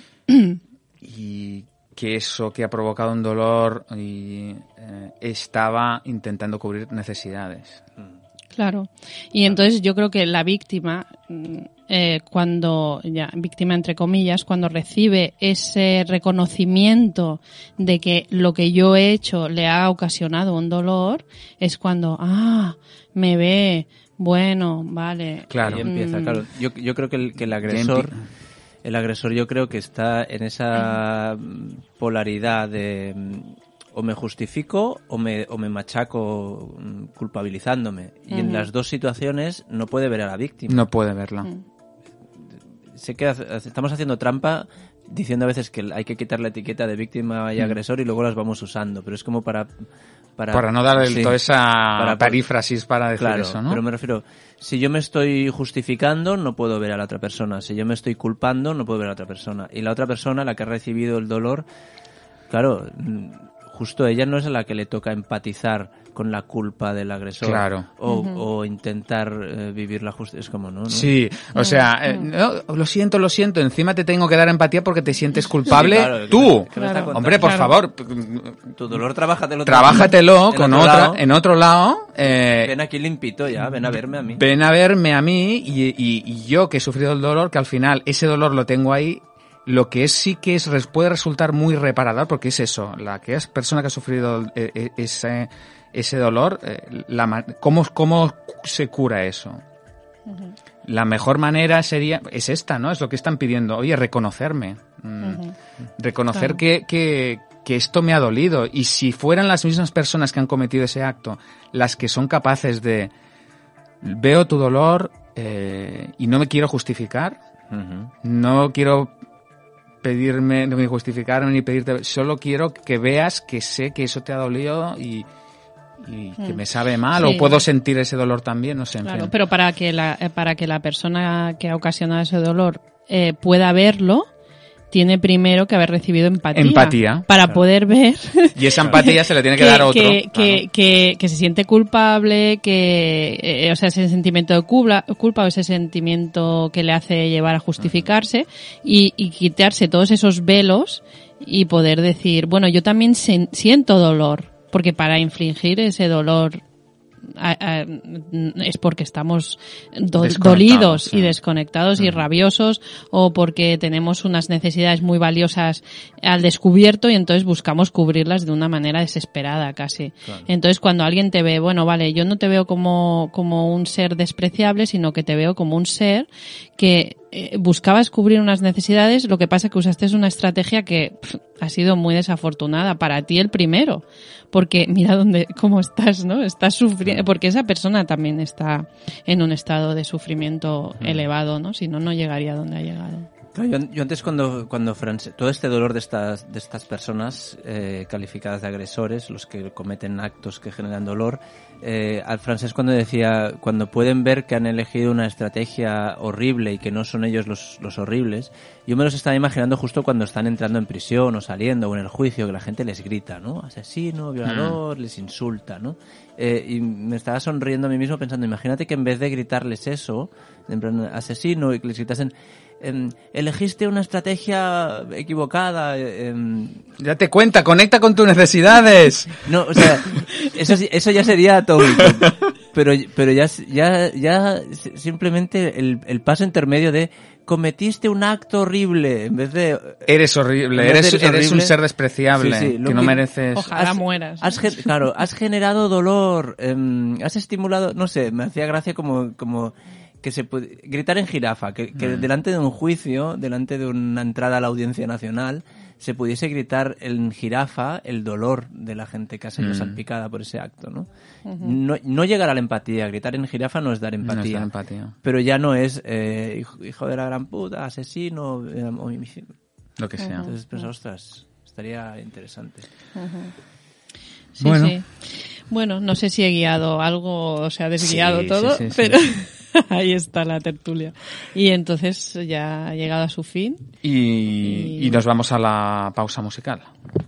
Y que eso que ha provocado un dolor y, eh, estaba intentando cubrir necesidades. Claro. Y entonces yo creo que la víctima, eh, cuando, ya, víctima entre comillas, cuando recibe ese reconocimiento de que lo que yo he hecho le ha ocasionado un dolor, es cuando, ah, me ve, bueno, vale. Claro. Ahí empieza, claro. Yo, yo creo que el, que el agresor, el agresor yo creo que está en esa polaridad de o me justifico o me, o me machaco culpabilizándome. Y uh-huh. en las dos situaciones no puede ver a la víctima. No puede verla. Uh-huh. Sé que estamos haciendo trampa diciendo a veces que hay que quitar la etiqueta de víctima y agresor uh-huh. y luego las vamos usando, pero es como para... Para, para no dar sí, toda esa para, perífrasis para decir claro, eso, ¿no? Pero me refiero, si yo me estoy justificando, no puedo ver a la otra persona. Si yo me estoy culpando, no puedo ver a la otra persona. Y la otra persona, la que ha recibido el dolor, claro... justo ella no es a la que le toca empatizar con la culpa del agresor. Claro. O, uh-huh. o intentar eh, vivir la justicia. Es como, ¿no? ¿no? Sí, o sea, eh, no, lo siento, lo siento, encima te tengo que dar empatía porque te sientes culpable. Sí, claro, tú. Que me, que me claro. Hombre, por claro. favor. Tu dolor, trabájatelo. Trabájatelo con otro otra, lado. en otro lado. Eh, ven aquí limpito ya, ven a verme a mí. Ven a verme a mí y, y, y yo que he sufrido el dolor, que al final ese dolor lo tengo ahí. Lo que es sí que es puede resultar muy reparador, porque es eso, la que es persona que ha sufrido eh, ese ese dolor, eh, la, ¿cómo, cómo se cura eso? Uh-huh. La mejor manera sería, es esta, ¿no? Es lo que están pidiendo, oye, reconocerme, uh-huh. reconocer claro. que, que, que esto me ha dolido, y si fueran las mismas personas que han cometido ese acto, las que son capaces de, veo tu dolor eh, y no me quiero justificar, uh-huh. no quiero pedirme, ni justificarme, ni pedirte, solo quiero que veas que sé que eso te ha dolido y, y que me sabe mal, sí. o puedo sentir ese dolor también, no sé. En claro, fin. Pero para que la para que la persona que ha ocasionado ese dolor eh, pueda verlo, tiene primero que haber recibido empatía. Empatía. Para claro. poder ver. Y esa empatía se le tiene que, que dar a otro. Que, que, claro. que, que se siente culpable, que, eh, o sea, ese sentimiento de culpa, culpa o ese sentimiento que le hace llevar a justificarse uh-huh. y, y quitarse todos esos velos y poder decir, bueno, yo también se, siento dolor, porque para infligir ese dolor A, a, es porque estamos do, dolidos sí. y desconectados uh-huh. y rabiosos, o porque tenemos unas necesidades muy valiosas al descubierto y entonces buscamos cubrirlas de una manera desesperada casi. Claro. Entonces cuando alguien te ve, bueno, vale, yo no te veo como, como un ser despreciable, sino que te veo como un ser que eh, buscabas cubrir unas necesidades, lo que pasa es que usaste una estrategia que pff, ha sido muy desafortunada para ti el primero, porque mira dónde, cómo estás, ¿no? Estás sufriendo, porque esa persona también está en un estado de sufrimiento mm. elevado, ¿no? Si no, no llegaría a donde ha llegado. Yo, yo antes cuando, cuando France, todo este dolor de estas, de estas personas eh, calificadas de agresores, los que cometen actos que generan dolor, eh, al francés cuando decía, cuando pueden ver que han elegido una estrategia horrible y que no son ellos los, los horribles, yo me los estaba imaginando justo cuando están entrando en prisión o saliendo o en el juicio, que la gente les grita, ¿no? Asesino, violador, mm. les insulta, ¿no? Eh, y me estaba sonriendo a mí mismo pensando, imagínate que en vez de gritarles eso, en plan, asesino, y que les gritasen, eh, elegiste una estrategia equivocada. Eh, Date cuenta, conecta con tus necesidades. No, o sea, eso, eso ya sería atómico. Pero, pero ya, ya, ya simplemente el, el paso intermedio de cometiste un acto horrible en vez de eres horrible, eres, eres, eres un ser despreciable, sí, sí, que no que, mereces. Ojalá has, mueras. Has, claro, has generado dolor, eh, has estimulado, no sé, me hacía gracia como, como que se puede gritar en jirafa, que, que mm. delante de un juicio, delante de una entrada a la Audiencia Nacional, se pudiese gritar en jirafa el dolor de la gente que ha sido mm. salpicada por ese acto, ¿no? Uh-huh. No, no llegar a la empatía, gritar en jirafa no es dar empatía, no es dar empatía. Pero ya no es eh, hijo, hijo de la gran puta, asesino, eh, homicidio, lo que sea. Entonces, pues, ostras, estaría interesante. Uh-huh. Sí, bueno. sí. Bueno, no sé si he guiado algo, o sea, desguiado sí, todo, sí, sí, pero sí. ahí está la tertulia. Y entonces ya ha llegado a su fin. Y, y... y nos vamos a la pausa musical.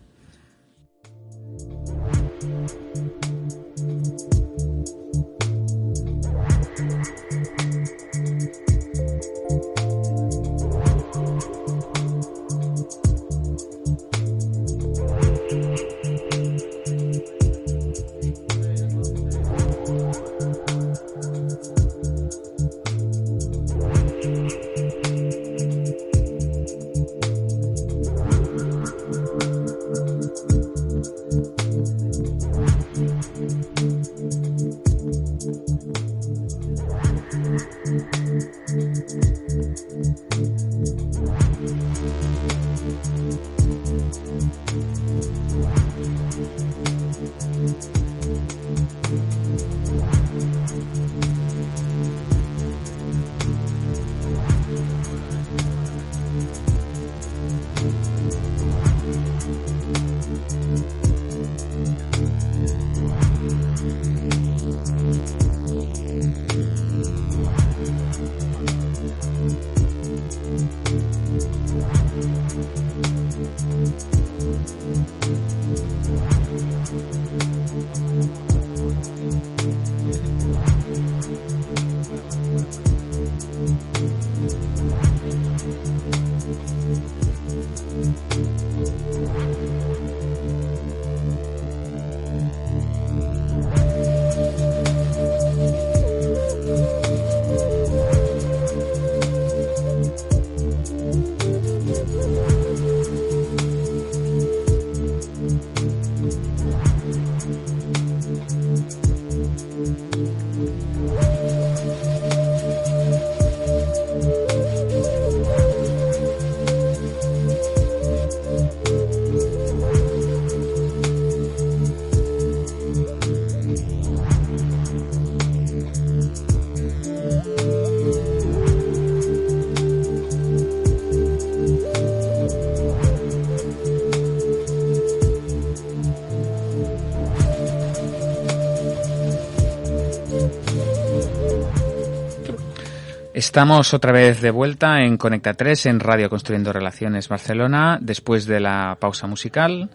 Estamos otra vez de vuelta en Conecta tres, en Radio Construyendo Relaciones Barcelona, después de la pausa musical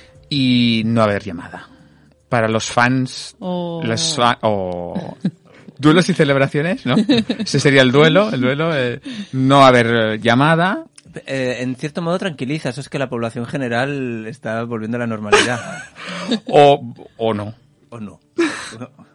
y no haber llamada. Para los fans, oh. los fa- oh. duelos y celebraciones, ¿no? Ese sería el duelo, el duelo, eh, no haber llamada. Eh, en cierto modo tranquiliza, eso es que la población general está volviendo a la normalidad. o, o no. O no. no.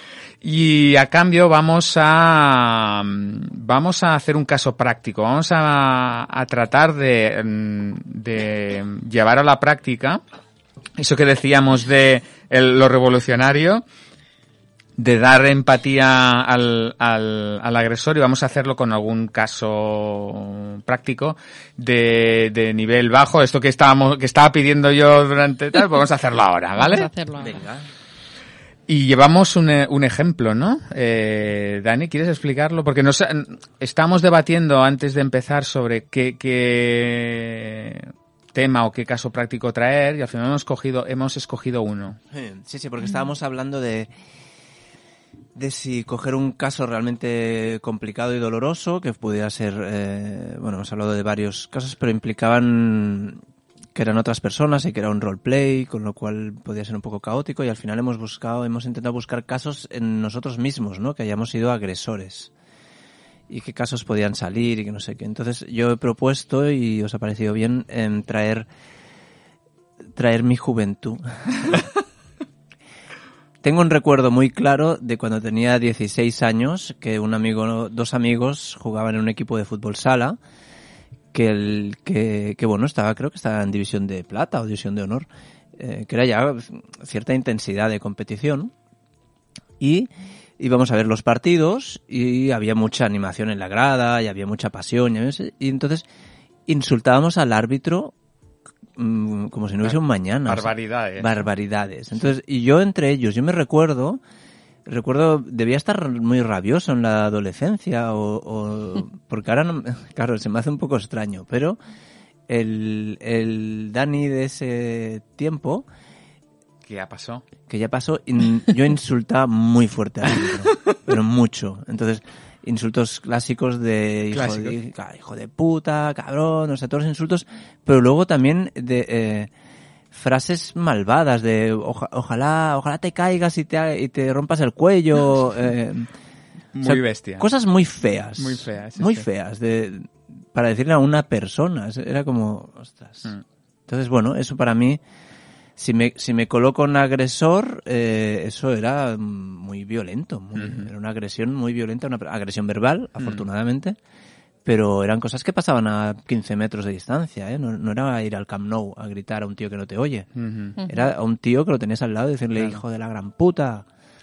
Y a cambio vamos a vamos a hacer un caso práctico, vamos a, a tratar de, de llevar a la práctica eso que decíamos de el, lo revolucionario, de dar empatía al, al, al agresor, y vamos a hacerlo con algún caso práctico de, de nivel bajo, esto que estábamos que estaba pidiendo yo durante tal, pues vamos a hacerlo ahora, ¿vale? Vamos a hacerlo ahora. Venga. Y llevamos un, un ejemplo, ¿no? Eh, Dani, ¿quieres explicarlo? Porque nos estamos debatiendo antes de empezar sobre qué, qué tema o qué caso práctico traer, y al final hemos escogido, hemos escogido uno. Sí, sí, porque estábamos hablando de, de si coger un caso realmente complicado y doloroso, que pudiera ser, eh, bueno, hemos hablado de varios casos, pero implicaban que eran otras personas y que era un roleplay, con lo cual podía ser un poco caótico, y al final hemos buscado, hemos intentado buscar casos en nosotros mismos, ¿no? Que hayamos sido agresores y qué casos podían salir y que no sé qué. Entonces yo he propuesto, y os ha parecido bien, en traer traer mi juventud. Tengo un recuerdo muy claro de cuando tenía dieciséis años, que un amigo, dos amigos jugaban en un equipo de fútbol sala, que el que, que bueno, estaba, creo que estaba en división de plata o división de honor, eh, que era ya cierta intensidad de competición, y íbamos a ver los partidos y había mucha animación en la grada y había mucha pasión. Y, y entonces insultábamos al árbitro mmm, como si no hubiese un mañana. Barbaridades. O sea, barbaridades. Entonces, y yo entre ellos, yo me recuerdo, recuerdo, debía estar muy rabioso en la adolescencia o, o porque ahora no, claro, se me hace un poco extraño, pero el, el Dani de ese tiempo, ¿Qué ya pasó? Que ya pasó, in, yo insultaba muy fuerte al árbitro, pero mucho. Entonces, insultos clásicos de hijo, de hijo de puta, cabrón, o sea, todos los insultos, pero luego también de eh, frases malvadas de oja, ojalá ojalá te caigas y te, y te rompas el cuello. Eh, muy o sea, bestia. Cosas muy feas. Muy feas. Muy sí. feas, de, para decirle a una persona. Era como, ostras. Mm. Entonces, bueno, eso para mí... Si me, si me coloco en agresor, eh, eso era muy violento. Muy, uh-huh. Era una agresión muy violenta, una agresión verbal, afortunadamente. Uh-huh. Pero eran cosas que pasaban a quince metros de distancia, ¿eh? No, no era ir al Camp Nou a gritar a un tío que no te oye. Uh-huh. Era a un tío que lo tenías al lado y decirle, claro, hijo de la gran puta.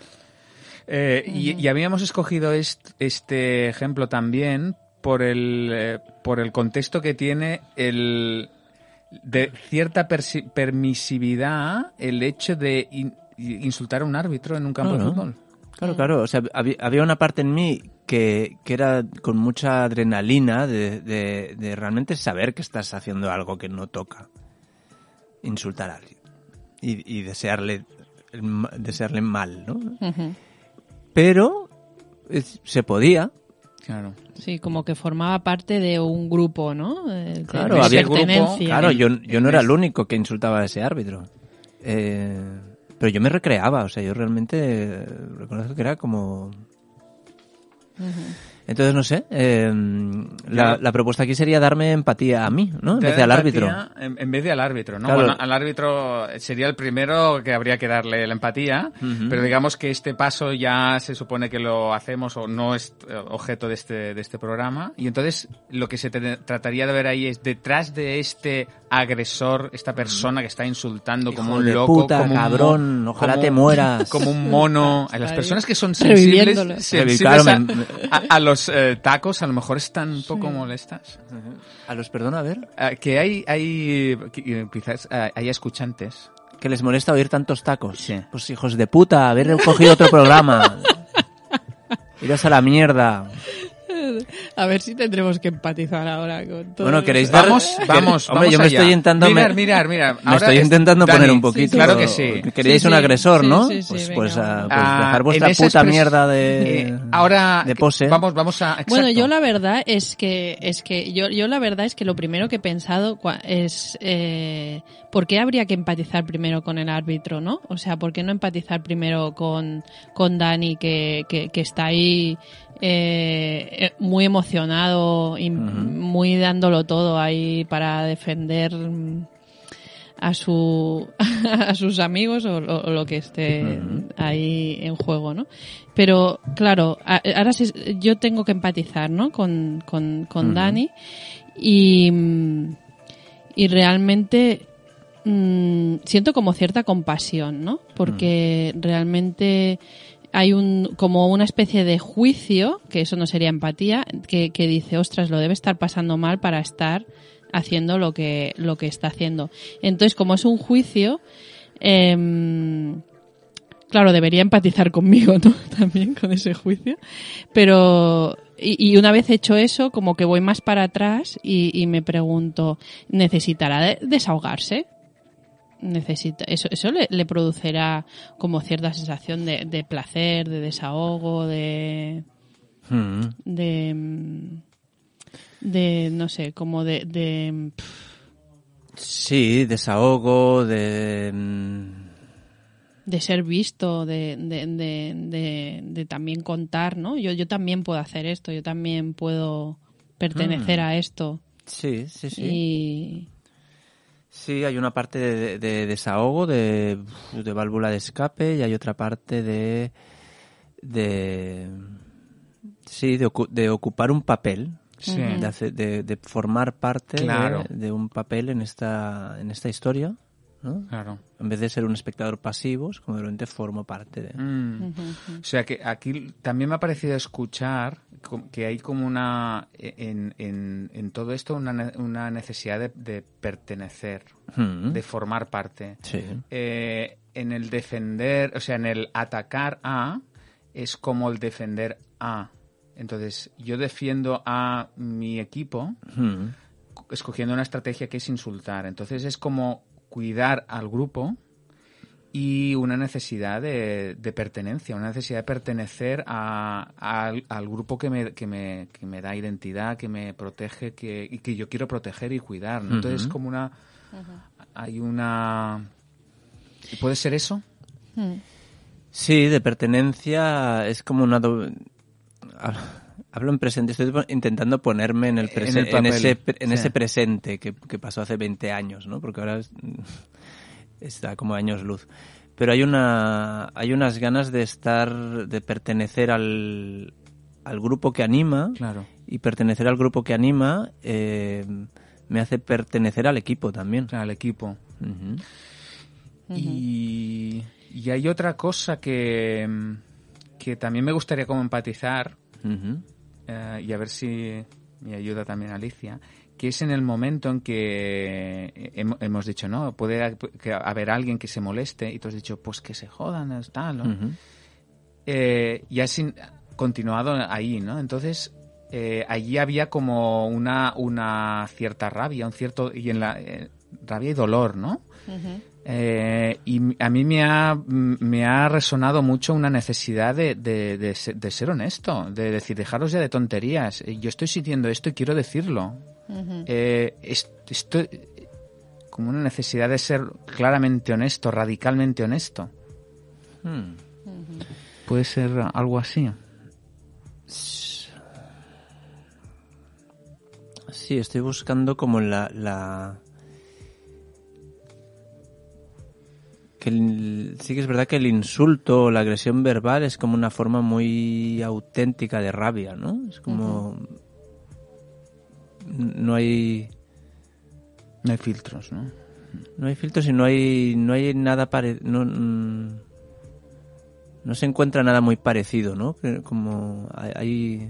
Eh, uh-huh. y, y habíamos escogido est, este ejemplo también por el, eh, por el contexto que tiene el... de cierta persi- permisividad el hecho de in- insultar a un árbitro en un campo claro, de fútbol. Claro, claro. O sea, había, había una parte en mí que, que era con mucha adrenalina de, de, de realmente saber que estás haciendo algo que no toca. Insultar a alguien. Y, y desearle, desearle mal, ¿no? Uh-huh. Pero es, se podía. Claro. Sí, como que formaba parte de un grupo, ¿no? De, claro, de había grupo. Claro, yo, yo no era el único que insultaba a ese árbitro. Eh, pero yo me recreaba, o sea, yo realmente reconozco que era como... Uh-huh. Entonces, no sé, eh, la, la propuesta aquí sería darme empatía a mí, ¿no? En vez de al árbitro. En, en vez de al árbitro, ¿no? Claro. Bueno, al árbitro sería el primero que habría que darle la empatía, uh-huh. pero digamos que este paso ya se supone que lo hacemos o no es objeto de este, de este programa. Y entonces lo que se te, trataría de ver ahí es detrás de este agresor, esta persona que está insultando hijo como un de loco, puta, como un cabrón, mo- ojalá como, te mueras. Como un mono. A las personas que son sensibles, sensibles a, a, a los Eh, tacos a lo mejor están un poco sí. molestas. Uh-huh. A los, perdona, a ver. Uh, que hay, hay que, quizás uh, hay escuchantes. Que les molesta oír tantos tacos. Sí. Pues hijos de puta, haber cogido otro programa. Iros a la mierda. A ver si tendremos que empatizar ahora con todo. Bueno, ¿queréis dar? Vamos, vamos, Hombre, vamos yo me allá. estoy intentando... Mirar, mirar, mirar. Me ahora estoy intentando es, poner Dani, un poquito. Sí, claro que sí. Queríais sí, un agresor, sí, ¿no? Sí, sí, pues venga, pues, uh, pues ah, dejar vuestra puta expres... mierda de, eh, ahora, de pose. Vamos, vamos a... Exacto. Bueno, yo la verdad es que es que yo, yo la verdad es que lo primero que he pensado es eh, ¿por qué habría que empatizar primero con el árbitro, no? O sea, ¿por qué no empatizar primero con, con Dani que, que, que está ahí eh, muy emocionado y uh-huh. muy dándolo todo ahí para defender a su a sus amigos o, o, o lo que esté uh-huh. ahí en juego, ¿no? Pero claro, a, ahora sí, yo tengo que empatizar, ¿no? Con con, con uh-huh. Dani y y realmente mmm, siento como cierta compasión, ¿no? Porque uh-huh. realmente hay un como una especie de juicio, que eso no sería empatía, que, que dice, ostras, lo debe estar pasando mal para estar haciendo lo que lo que está haciendo. Entonces, como es un juicio, eh, claro, debería empatizar conmigo, ¿no? También con ese juicio. Pero y, y una vez hecho eso, como que voy más para atrás y, y me pregunto, ¿necesitará de, desahogarse? Necesita eso eso le, le producerá como cierta sensación de, de placer, de desahogo, de mm. de de no sé, como de, de sí, desahogo, de de ser visto, de de, de, de, de también contar, ¿no? Yo yo también puedo hacer esto, yo también puedo pertenecer mm. a esto. Sí, sí, sí. Y sí, hay una parte de, de, de desahogo, de, de válvula de escape, y hay otra parte de de sí, de, ocu- de ocupar un papel, sí. de, hacer, de, de formar parte claro. de, de un papel en esta en esta historia, ¿no? Claro. En vez de ser un espectador pasivo, es como de repente formo parte de... Mm. Uh-huh. O sea que aquí también me ha parecido escuchar que hay como una, en, en, en todo esto, una, una necesidad de, de pertenecer, uh-huh. de formar parte. Sí. Eh, en el defender, o sea, en el atacar a, es como el defender a. Entonces, yo defiendo a mi equipo, uh-huh. escogiendo una estrategia que es insultar. Entonces, es como cuidar al grupo y una necesidad de, de pertenencia, una necesidad de pertenecer a, a, al grupo que me, que, me, que me da identidad, que me protege que, y que yo quiero proteger y cuidar, ¿no? Uh-huh. Entonces, es como una... Uh-huh. Hay una... ¿Puede ser eso? Uh-huh. Sí, de pertenencia es como una... Do... Hablo en presente, estoy intentando ponerme en el presente, en, en ese en sí. ese presente que, que pasó hace veinte años, ¿no? Porque ahora es, está como años luz. Pero hay una hay unas ganas de estar, de pertenecer al, al grupo que anima, claro. Y pertenecer al grupo que anima eh, me hace pertenecer al equipo también. O sea, al equipo. Uh-huh. Uh-huh. Y, y hay otra cosa que, que también me gustaría como empatizar. Uh-huh. Uh, y a ver si me ayuda también Alicia, que es en el momento en que hem- hemos dicho, no, puede haber alguien que se moleste, y tú has dicho, pues que se jodan, tal, ¿no? Uh-huh. Eh, y has in- continuado ahí, ¿no? Entonces, eh, allí había como una, una cierta rabia, un cierto, y en la eh, rabia y dolor, ¿no? Uh-huh. Eh, y a mí me ha, me ha resonado mucho una necesidad de, de, de, ser, de ser honesto, de decir, dejaros ya de tonterías. Yo estoy sintiendo esto y quiero decirlo. Uh-huh. Eh, esto, como una necesidad de ser claramente honesto, radicalmente honesto. Hmm. Uh-huh. ¿Puede ser algo así? Sí, estoy buscando como la... la... Que el, sí que es verdad que el insulto o la agresión verbal es como una forma muy auténtica de rabia, ¿no? Es como... Uh-huh. No hay... No hay filtros, ¿no? No hay filtros y no hay, no hay nada pare... No, no se encuentra nada muy parecido, ¿no? Como hay...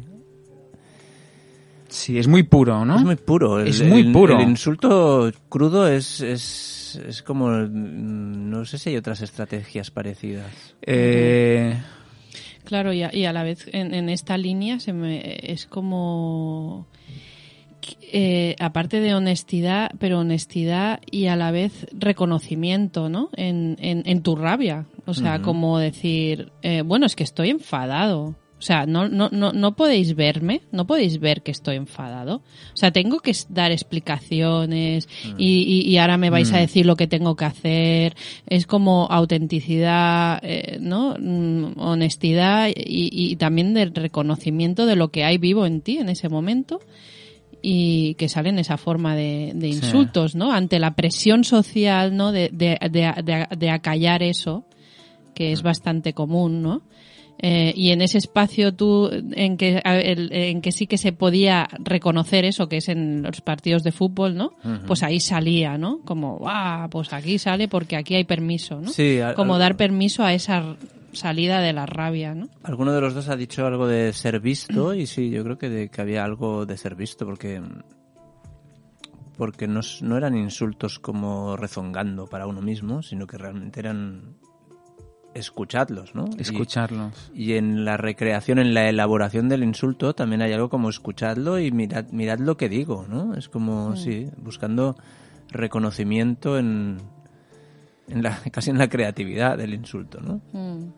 Sí, es muy puro, ¿no? Es muy puro. El, es muy el, puro. El insulto crudo es... es Es como, no sé si hay otras estrategias parecidas. Eh... Claro, y a, y a la vez en, en esta línea se me, es como, eh, aparte de honestidad, pero honestidad y a la vez reconocimiento, ¿no? En, en, en tu rabia. O sea, uh-huh. como decir, eh, bueno, es que estoy enfadado. O sea, no, no, no, no podéis verme, no podéis ver que estoy enfadado. O sea, tengo que dar explicaciones mm. y, y, y ahora me vais mm. a decir lo que tengo que hacer. Es como autenticidad, eh, ¿no? Mm, honestidad y, y también del reconocimiento de lo que hay vivo en ti en ese momento y que sale en esa forma de, de insultos, sí. ¿no? Ante la presión social, ¿no? De, de, de, de, de acallar eso, que es mm. bastante común, ¿no? Eh, y en ese espacio tú en que el, en que sí que se podía reconocer eso que es en los partidos de fútbol, ¿no? Uh-huh. Pues ahí salía, ¿no? Como, ah, pues aquí sale porque aquí hay permiso, ¿no? Sí, al, como al... dar permiso a esa salida de la rabia, ¿no? Alguno de los dos ha dicho algo de ser visto y sí, yo creo que, de, que había algo de ser visto porque porque no, no eran insultos como rezongando para uno mismo, sino que realmente eran escuchadlos, ¿no? Escucharlos. Y, y en la recreación, en la elaboración del insulto también hay algo como escuchadlo y mirad, mirad lo que digo, ¿no? Es como, sí, sí buscando reconocimiento en, en la, casi en la creatividad del insulto, ¿no? Mm.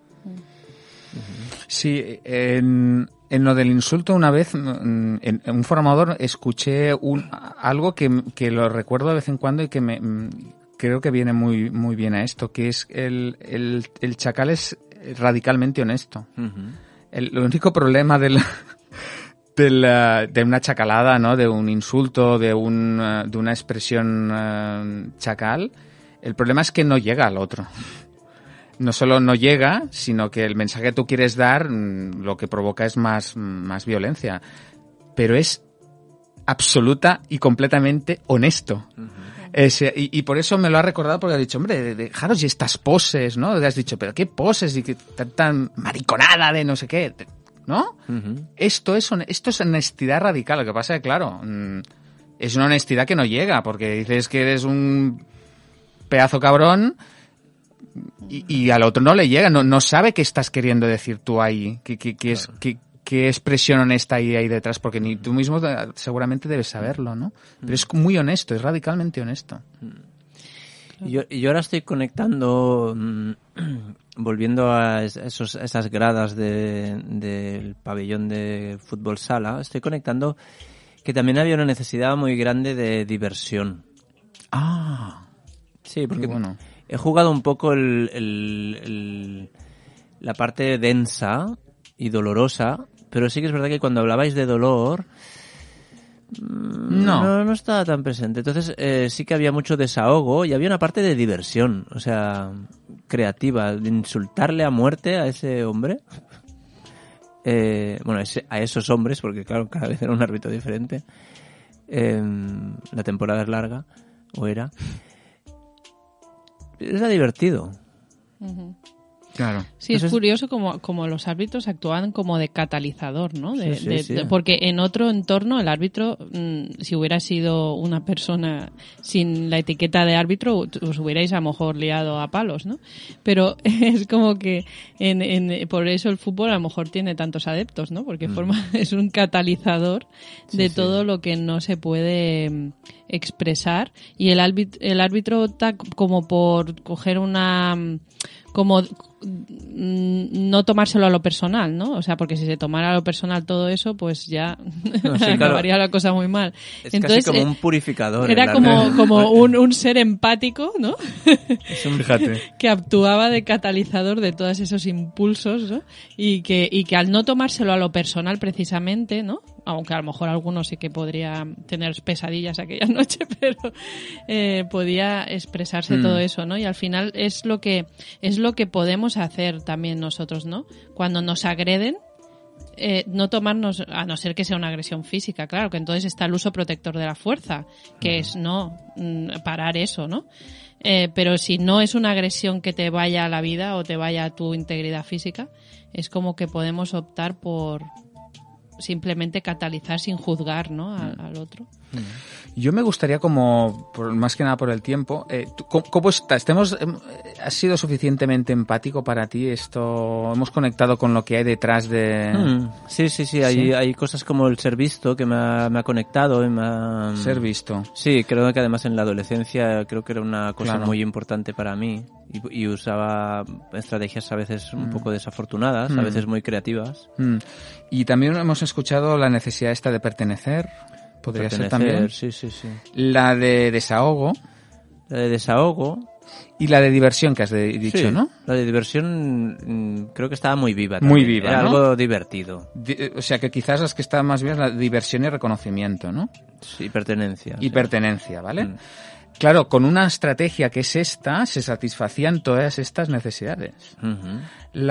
Sí, en, en lo del insulto una vez en, en un formador escuché un, algo que, que lo recuerdo de vez en cuando y que me creo que viene muy muy bien a esto, que es el, el, el chacal es radicalmente honesto. Uh-huh. El, el único problema del, de, la, de una chacalada, ¿no? De un insulto, de, un, de una expresión uh, chacal, el problema es que no llega al otro. No solo no llega, sino que el mensaje que tú quieres dar lo que provoca es más, más violencia. Pero es absoluta y completamente honesto. Uh-huh. Ese, y, y por eso me lo ha recordado, porque ha dicho, hombre, dejaros y estas poses, ¿no? Has dicho, pero qué poses y qué tan, tan mariconada de no sé qué, ¿no? Uh-huh. Esto es esto es honestidad radical. Lo que pasa es que, claro, es una honestidad que no llega, porque dices que eres un pedazo cabrón y, y al otro no le llega, no, no sabe qué estás queriendo decir tú ahí, qué, qué, qué, es, qué, qué expresión honesta hay ahí detrás, porque ni tú mismo seguramente debes saberlo, ¿no? Pero es muy honesto, es radicalmente honesto. Yo, yo ahora estoy conectando, mmm, volviendo a esos, esas gradas de, del pabellón de fútbol sala, estoy conectando que también había una necesidad muy grande de diversión. Ah, sí, porque bueno. He jugado un poco el, el, el, la parte densa y dolorosa, pero sí que es verdad que cuando hablabais de dolor no, no, no estaba tan presente. Entonces eh, sí que había mucho desahogo y había una parte de diversión, o sea, creativa, de insultarle a muerte a ese hombre. Eh, bueno, ese, a esos hombres, porque claro, cada vez era un árbitro diferente. Eh, la temporada es larga, o era. Era divertido. Uh-huh. Claro. Sí, es curioso como, como los árbitros actuaban como de catalizador, ¿no? De, sí, sí, de, sí. De, porque en otro entorno el árbitro, mmm, si hubiera sido una persona sin la etiqueta de árbitro, os hubierais a lo mejor liado a palos, ¿no? Pero es como que en, en, por eso el fútbol a lo mejor tiene tantos adeptos, ¿no? Porque mm. forma, es un catalizador de sí, todo sí. lo que no se puede expresar, y el árbitro, el árbitro está como por coger una... como no tomárselo a lo personal, ¿no? O sea, porque si se tomara a lo personal todo eso, pues ya no, sí, acabaría claro. la cosa muy mal. Es Entonces, casi como un purificador. Era como, como un, un ser empático, ¿no? Es un, fíjate. Que actuaba de catalizador de todos esos impulsos, ¿no? Y que, y que al no tomárselo a lo personal precisamente, ¿no? Aunque a lo mejor algunos sí que podría tener pesadillas aquella noche, pero eh, podía expresarse mm. todo eso, ¿no? Y al final es lo que es lo que podemos hacer también nosotros, ¿no? Cuando nos agreden, eh, no tomarnos, a no ser que sea una agresión física, claro, que entonces está el uso protector de la fuerza, que mm. es no parar eso, ¿no? Eh, pero si no es una agresión que te vaya a la vida o te vaya a tu integridad física, es como que podemos optar por simplemente catalizar sin juzgar, ¿no? al, al otro. Yo me gustaría, como por, más que nada por el tiempo, eh, ¿cómo, ¿cómo estás? ¿Hemos, eh, ¿Has sido suficientemente empático para ti? Esto, ¿hemos conectado con lo que hay detrás de...? Mm, sí, sí, sí, hay, ¿Sí? hay cosas como el ser visto que me ha, me ha conectado. Y me ha... Ser visto. Sí, creo que además en la adolescencia creo que era una cosa claro. muy importante para mí y, y usaba estrategias a veces un mm. poco desafortunadas, mm. a veces muy creativas. Mm. Y también hemos escuchado la necesidad esta de pertenecer. Podría ser también. Sí, sí, sí. La de desahogo. La de desahogo. Y la de diversión que has de, dicho, sí, ¿no? La de diversión creo que estaba muy viva también. Muy viva, Era ¿no? algo divertido. Di- o sea que quizás las que estaban más bien es la diversión y reconocimiento, ¿no? Sí, pertenencia. Y sí. pertenencia, ¿vale? Mm. Claro, con una estrategia que es esta, se satisfacían todas estas necesidades. Uh-huh.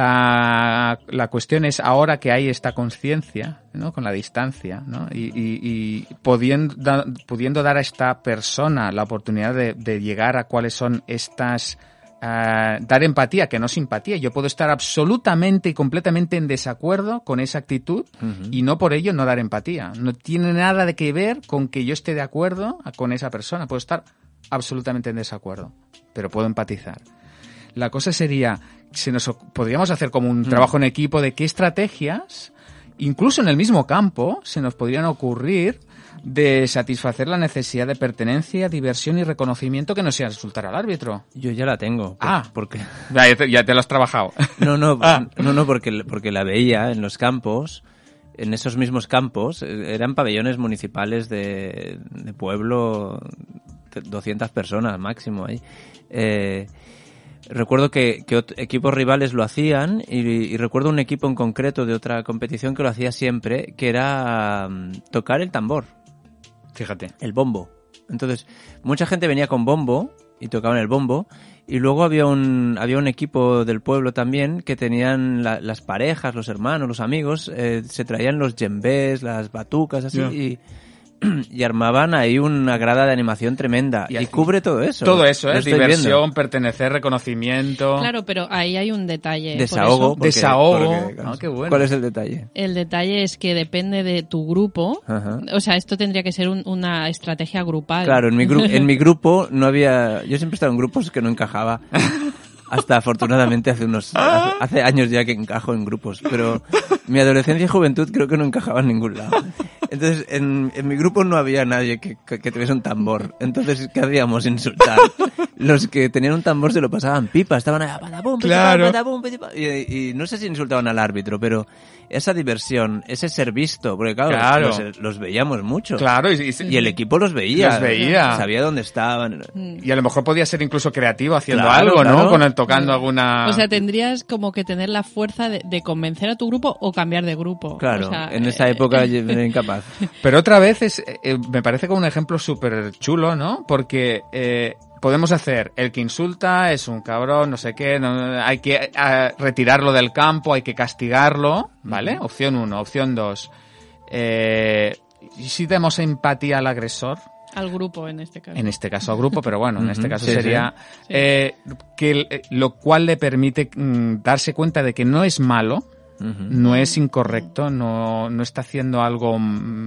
La, la cuestión es, ahora que hay esta conciencia, ¿no? Con la distancia, ¿no? Y, y, y pudiendo, da, pudiendo dar a esta persona la oportunidad de, de llegar a cuáles son estas... Uh, dar empatía, que no simpatía. Yo puedo estar absolutamente y completamente en desacuerdo con esa actitud uh-huh. y no por ello no dar empatía. No tiene nada de que ver con que yo esté de acuerdo con esa persona. Puedo estar absolutamente en desacuerdo, pero puedo empatizar. La cosa sería, se nos podríamos hacer como un uh-huh. trabajo en equipo de qué estrategias, incluso en el mismo campo, se nos podrían ocurrir de satisfacer la necesidad de pertenencia, diversión y reconocimiento que no sea insultar al árbitro. Yo ya la tengo. Ah, porque ya te, ya te lo has trabajado. No, no, ah. no, no, porque porque la veía en los campos, en esos mismos campos, eran pabellones municipales de, de pueblo, doscientas personas máximo ahí. Eh, recuerdo que, que equipos rivales lo hacían y, y recuerdo un equipo en concreto de otra competición que lo hacía siempre, que era um, tocar el tambor. Fíjate. El bombo. Entonces, mucha gente venía con bombo y tocaban el bombo. Y luego había un había un equipo del pueblo también que tenían la, las parejas, los hermanos, los amigos, eh, se traían los djembés, las batucas, así. Yeah. Y, y armaban ahí una grada de animación tremenda. Y, y cubre todo eso. Todo eso, ¿eh? Diversión, viendo. Pertenecer, reconocimiento. Claro, pero ahí hay un detalle. Desahogo. Porque, Desahogo. Porque, ah, qué bueno. ¿Cuál es el detalle? El detalle es que depende de tu grupo. Ajá. O sea, esto tendría que ser un, una estrategia grupal. Claro, en mi, gru- en mi grupo no había... Yo siempre he estado en grupos que no encajaba. Hasta afortunadamente hace unos hace, hace años ya que encajo en grupos, pero mi adolescencia y juventud creo que no encajaba en ningún lado. Entonces, en, en mi grupo no había nadie que, que, que tuviese un tambor. Entonces, ¿qué hacíamos? Insultar. Los que tenían un tambor se lo pasaban pipa, estaban ahí, patapum, claro. patapum, patapum, y, y no sé si insultaban al árbitro, pero esa diversión, ese ser visto, porque claro, claro. Los, los veíamos mucho. Claro, y, y, y el equipo los veía. Los veía. Sabía dónde estaban. Y a lo mejor podía ser incluso creativo haciendo claro, algo, claro. ¿no? Con el tocando alguna... O sea, tendrías como que tener la fuerza de, de convencer a tu grupo o cambiar de grupo. Claro, o sea, en esa época eh, era incapaz. Pero otra vez es, eh, me parece como un ejemplo súper chulo, ¿no? Porque eh, podemos hacer, el que insulta es un cabrón, no sé qué, no, hay que a, retirarlo del campo, hay que castigarlo, ¿vale? Uh-huh. Opción uno. Opción dos. Eh, ¿Y si damos empatía al agresor? Al grupo, en este caso. En este caso al grupo, pero bueno, en este caso sí, sería... Sí. Eh, que lo cual le permite mm, darse cuenta de que no es malo, uh-huh. no es incorrecto, no, no está haciendo algo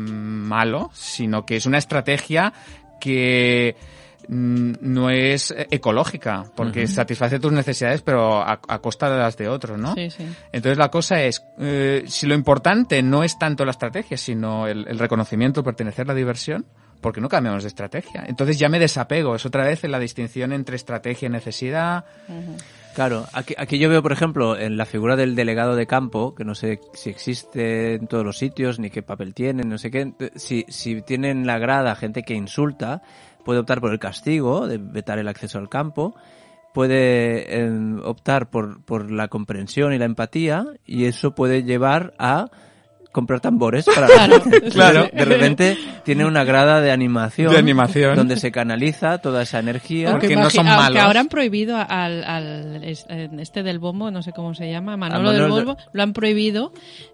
malo, sino que es una estrategia que mm, no es ecológica, porque uh-huh. satisface tus necesidades, pero a, a costa de las de otros, ¿no? Sí, sí. Entonces la cosa es, eh, si lo importante no es tanto la estrategia, sino el, el reconocimiento, el pertenecer a la diversión, ¿por qué no cambiamos de estrategia? Entonces ya me desapego, es otra vez en la distinción entre estrategia y necesidad. Uh-huh. Claro, aquí, aquí yo veo, por ejemplo, en la figura del delegado de campo, que no sé si existe en todos los sitios, ni qué papel tienen, no sé qué, si, si tienen la grada gente que insulta, puede optar por el castigo, de vetar el acceso al campo, puede eh, optar por, por la comprensión y la empatía, y eso puede llevar a comprar tambores para claro, claro. De repente tiene una grada de animación, de animación donde se canaliza toda esa energía. Porque imagi- no son malos. Aunque ahora han prohibido al, al este del bombo, no sé cómo se llama, Manolo, Manolo del Bombo, lo han prohibido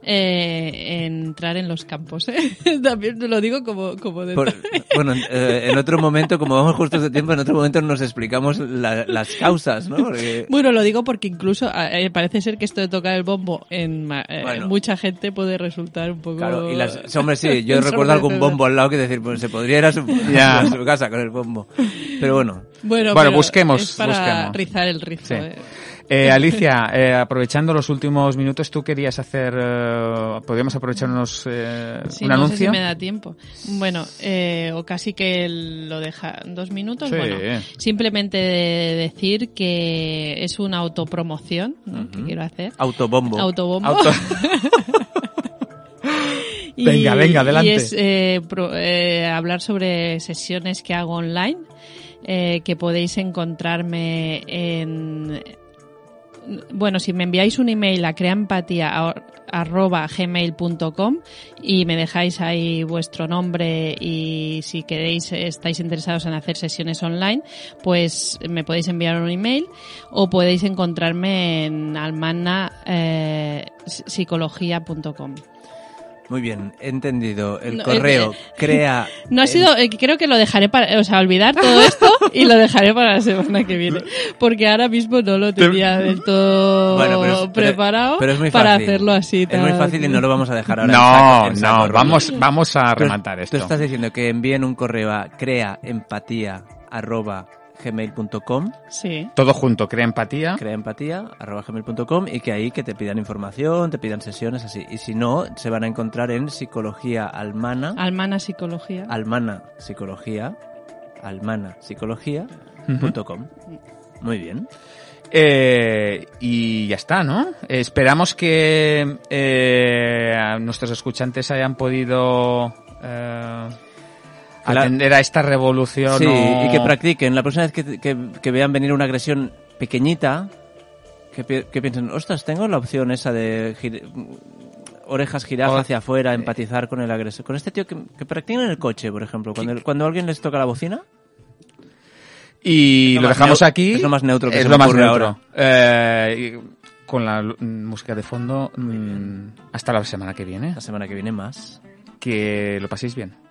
eh, entrar en los campos. ¿eh? También te lo digo como, como de... Por, bueno, eh, en otro momento, como vamos justos de tiempo, en otro momento nos explicamos la, las causas, ¿no? Porque... Bueno, lo digo porque incluso eh, parece ser que esto de tocar el bombo en eh, bueno. mucha gente puede resultar un poco... Claro, y las, hombre, sí, yo recuerdo algún bombo al lado que decir, pues se podría ir a su, yeah. a su casa con el bombo. Pero bueno. Bueno, bueno busquemos. Es para busquemos. rizar el rizo. Sí. Eh. Eh, Alicia, eh, aprovechando los últimos minutos, tú querías hacer, eh, podríamos aprovecharnos eh, sí, un no anuncio. Sé si me da tiempo. Bueno, eh, o casi que lo deja dos minutos. Sí. Bueno, simplemente decir que es una autopromoción, ¿no? Uh-huh. que quiero hacer. Autobombo. Autobombo. Auto... y, venga, venga, adelante. Y es eh, pro, eh, hablar sobre sesiones que hago online, eh, que podéis encontrarme en... Bueno, si me enviáis un email a creaempatia arroba gmail punto com y me dejáis ahí vuestro nombre y si queréis, estáis interesados en hacer sesiones online, pues me podéis enviar un email o podéis encontrarme en almana eh, psicología punto com. Muy bien, he entendido. El no, correo eh, crea... No ha sido... Eh, creo que lo dejaré para... O sea, olvidar todo esto y lo dejaré para la semana que viene. Porque ahora mismo no lo tenía del todo bueno, pero es, preparado pero es muy para fácil. hacerlo así. Es muy fácil y no lo vamos a dejar ahora. No, en saco, en no, saco, vamos, vamos a rematar pero esto. Tú estás diciendo que envíen un correo a creaempatia arroba gmail punto com. Sí. Todo junto, crea empatía. creaempatia arroba gmail punto com y que ahí que te pidan información, te pidan sesiones, así. Y si no, se van a encontrar en Psicología Almana. Almana Psicología. Almana Psicología. Almana Psicología punto com. Uh-huh. Muy bien. Eh, y ya está, ¿no? Esperamos que eh, nuestros escuchantes hayan podido... Eh, atender a esta revolución. Sí, o... y que practiquen. La próxima vez que, que, que vean venir una agresión pequeñita, que, que piensen, ostras, tengo la opción esa de gir... orejas giradas o... hacia afuera, empatizar con el agresor. Con este tío que, que practiquen en el coche, por ejemplo, cuando, el, cuando alguien les toca la bocina. Y lo, lo dejamos neu- aquí. Es lo más neutro que es se lo me más ocurre neutro. ahora. Eh, con la música de fondo. Mmm, hasta la semana que viene. La semana que viene más. Que lo paséis bien.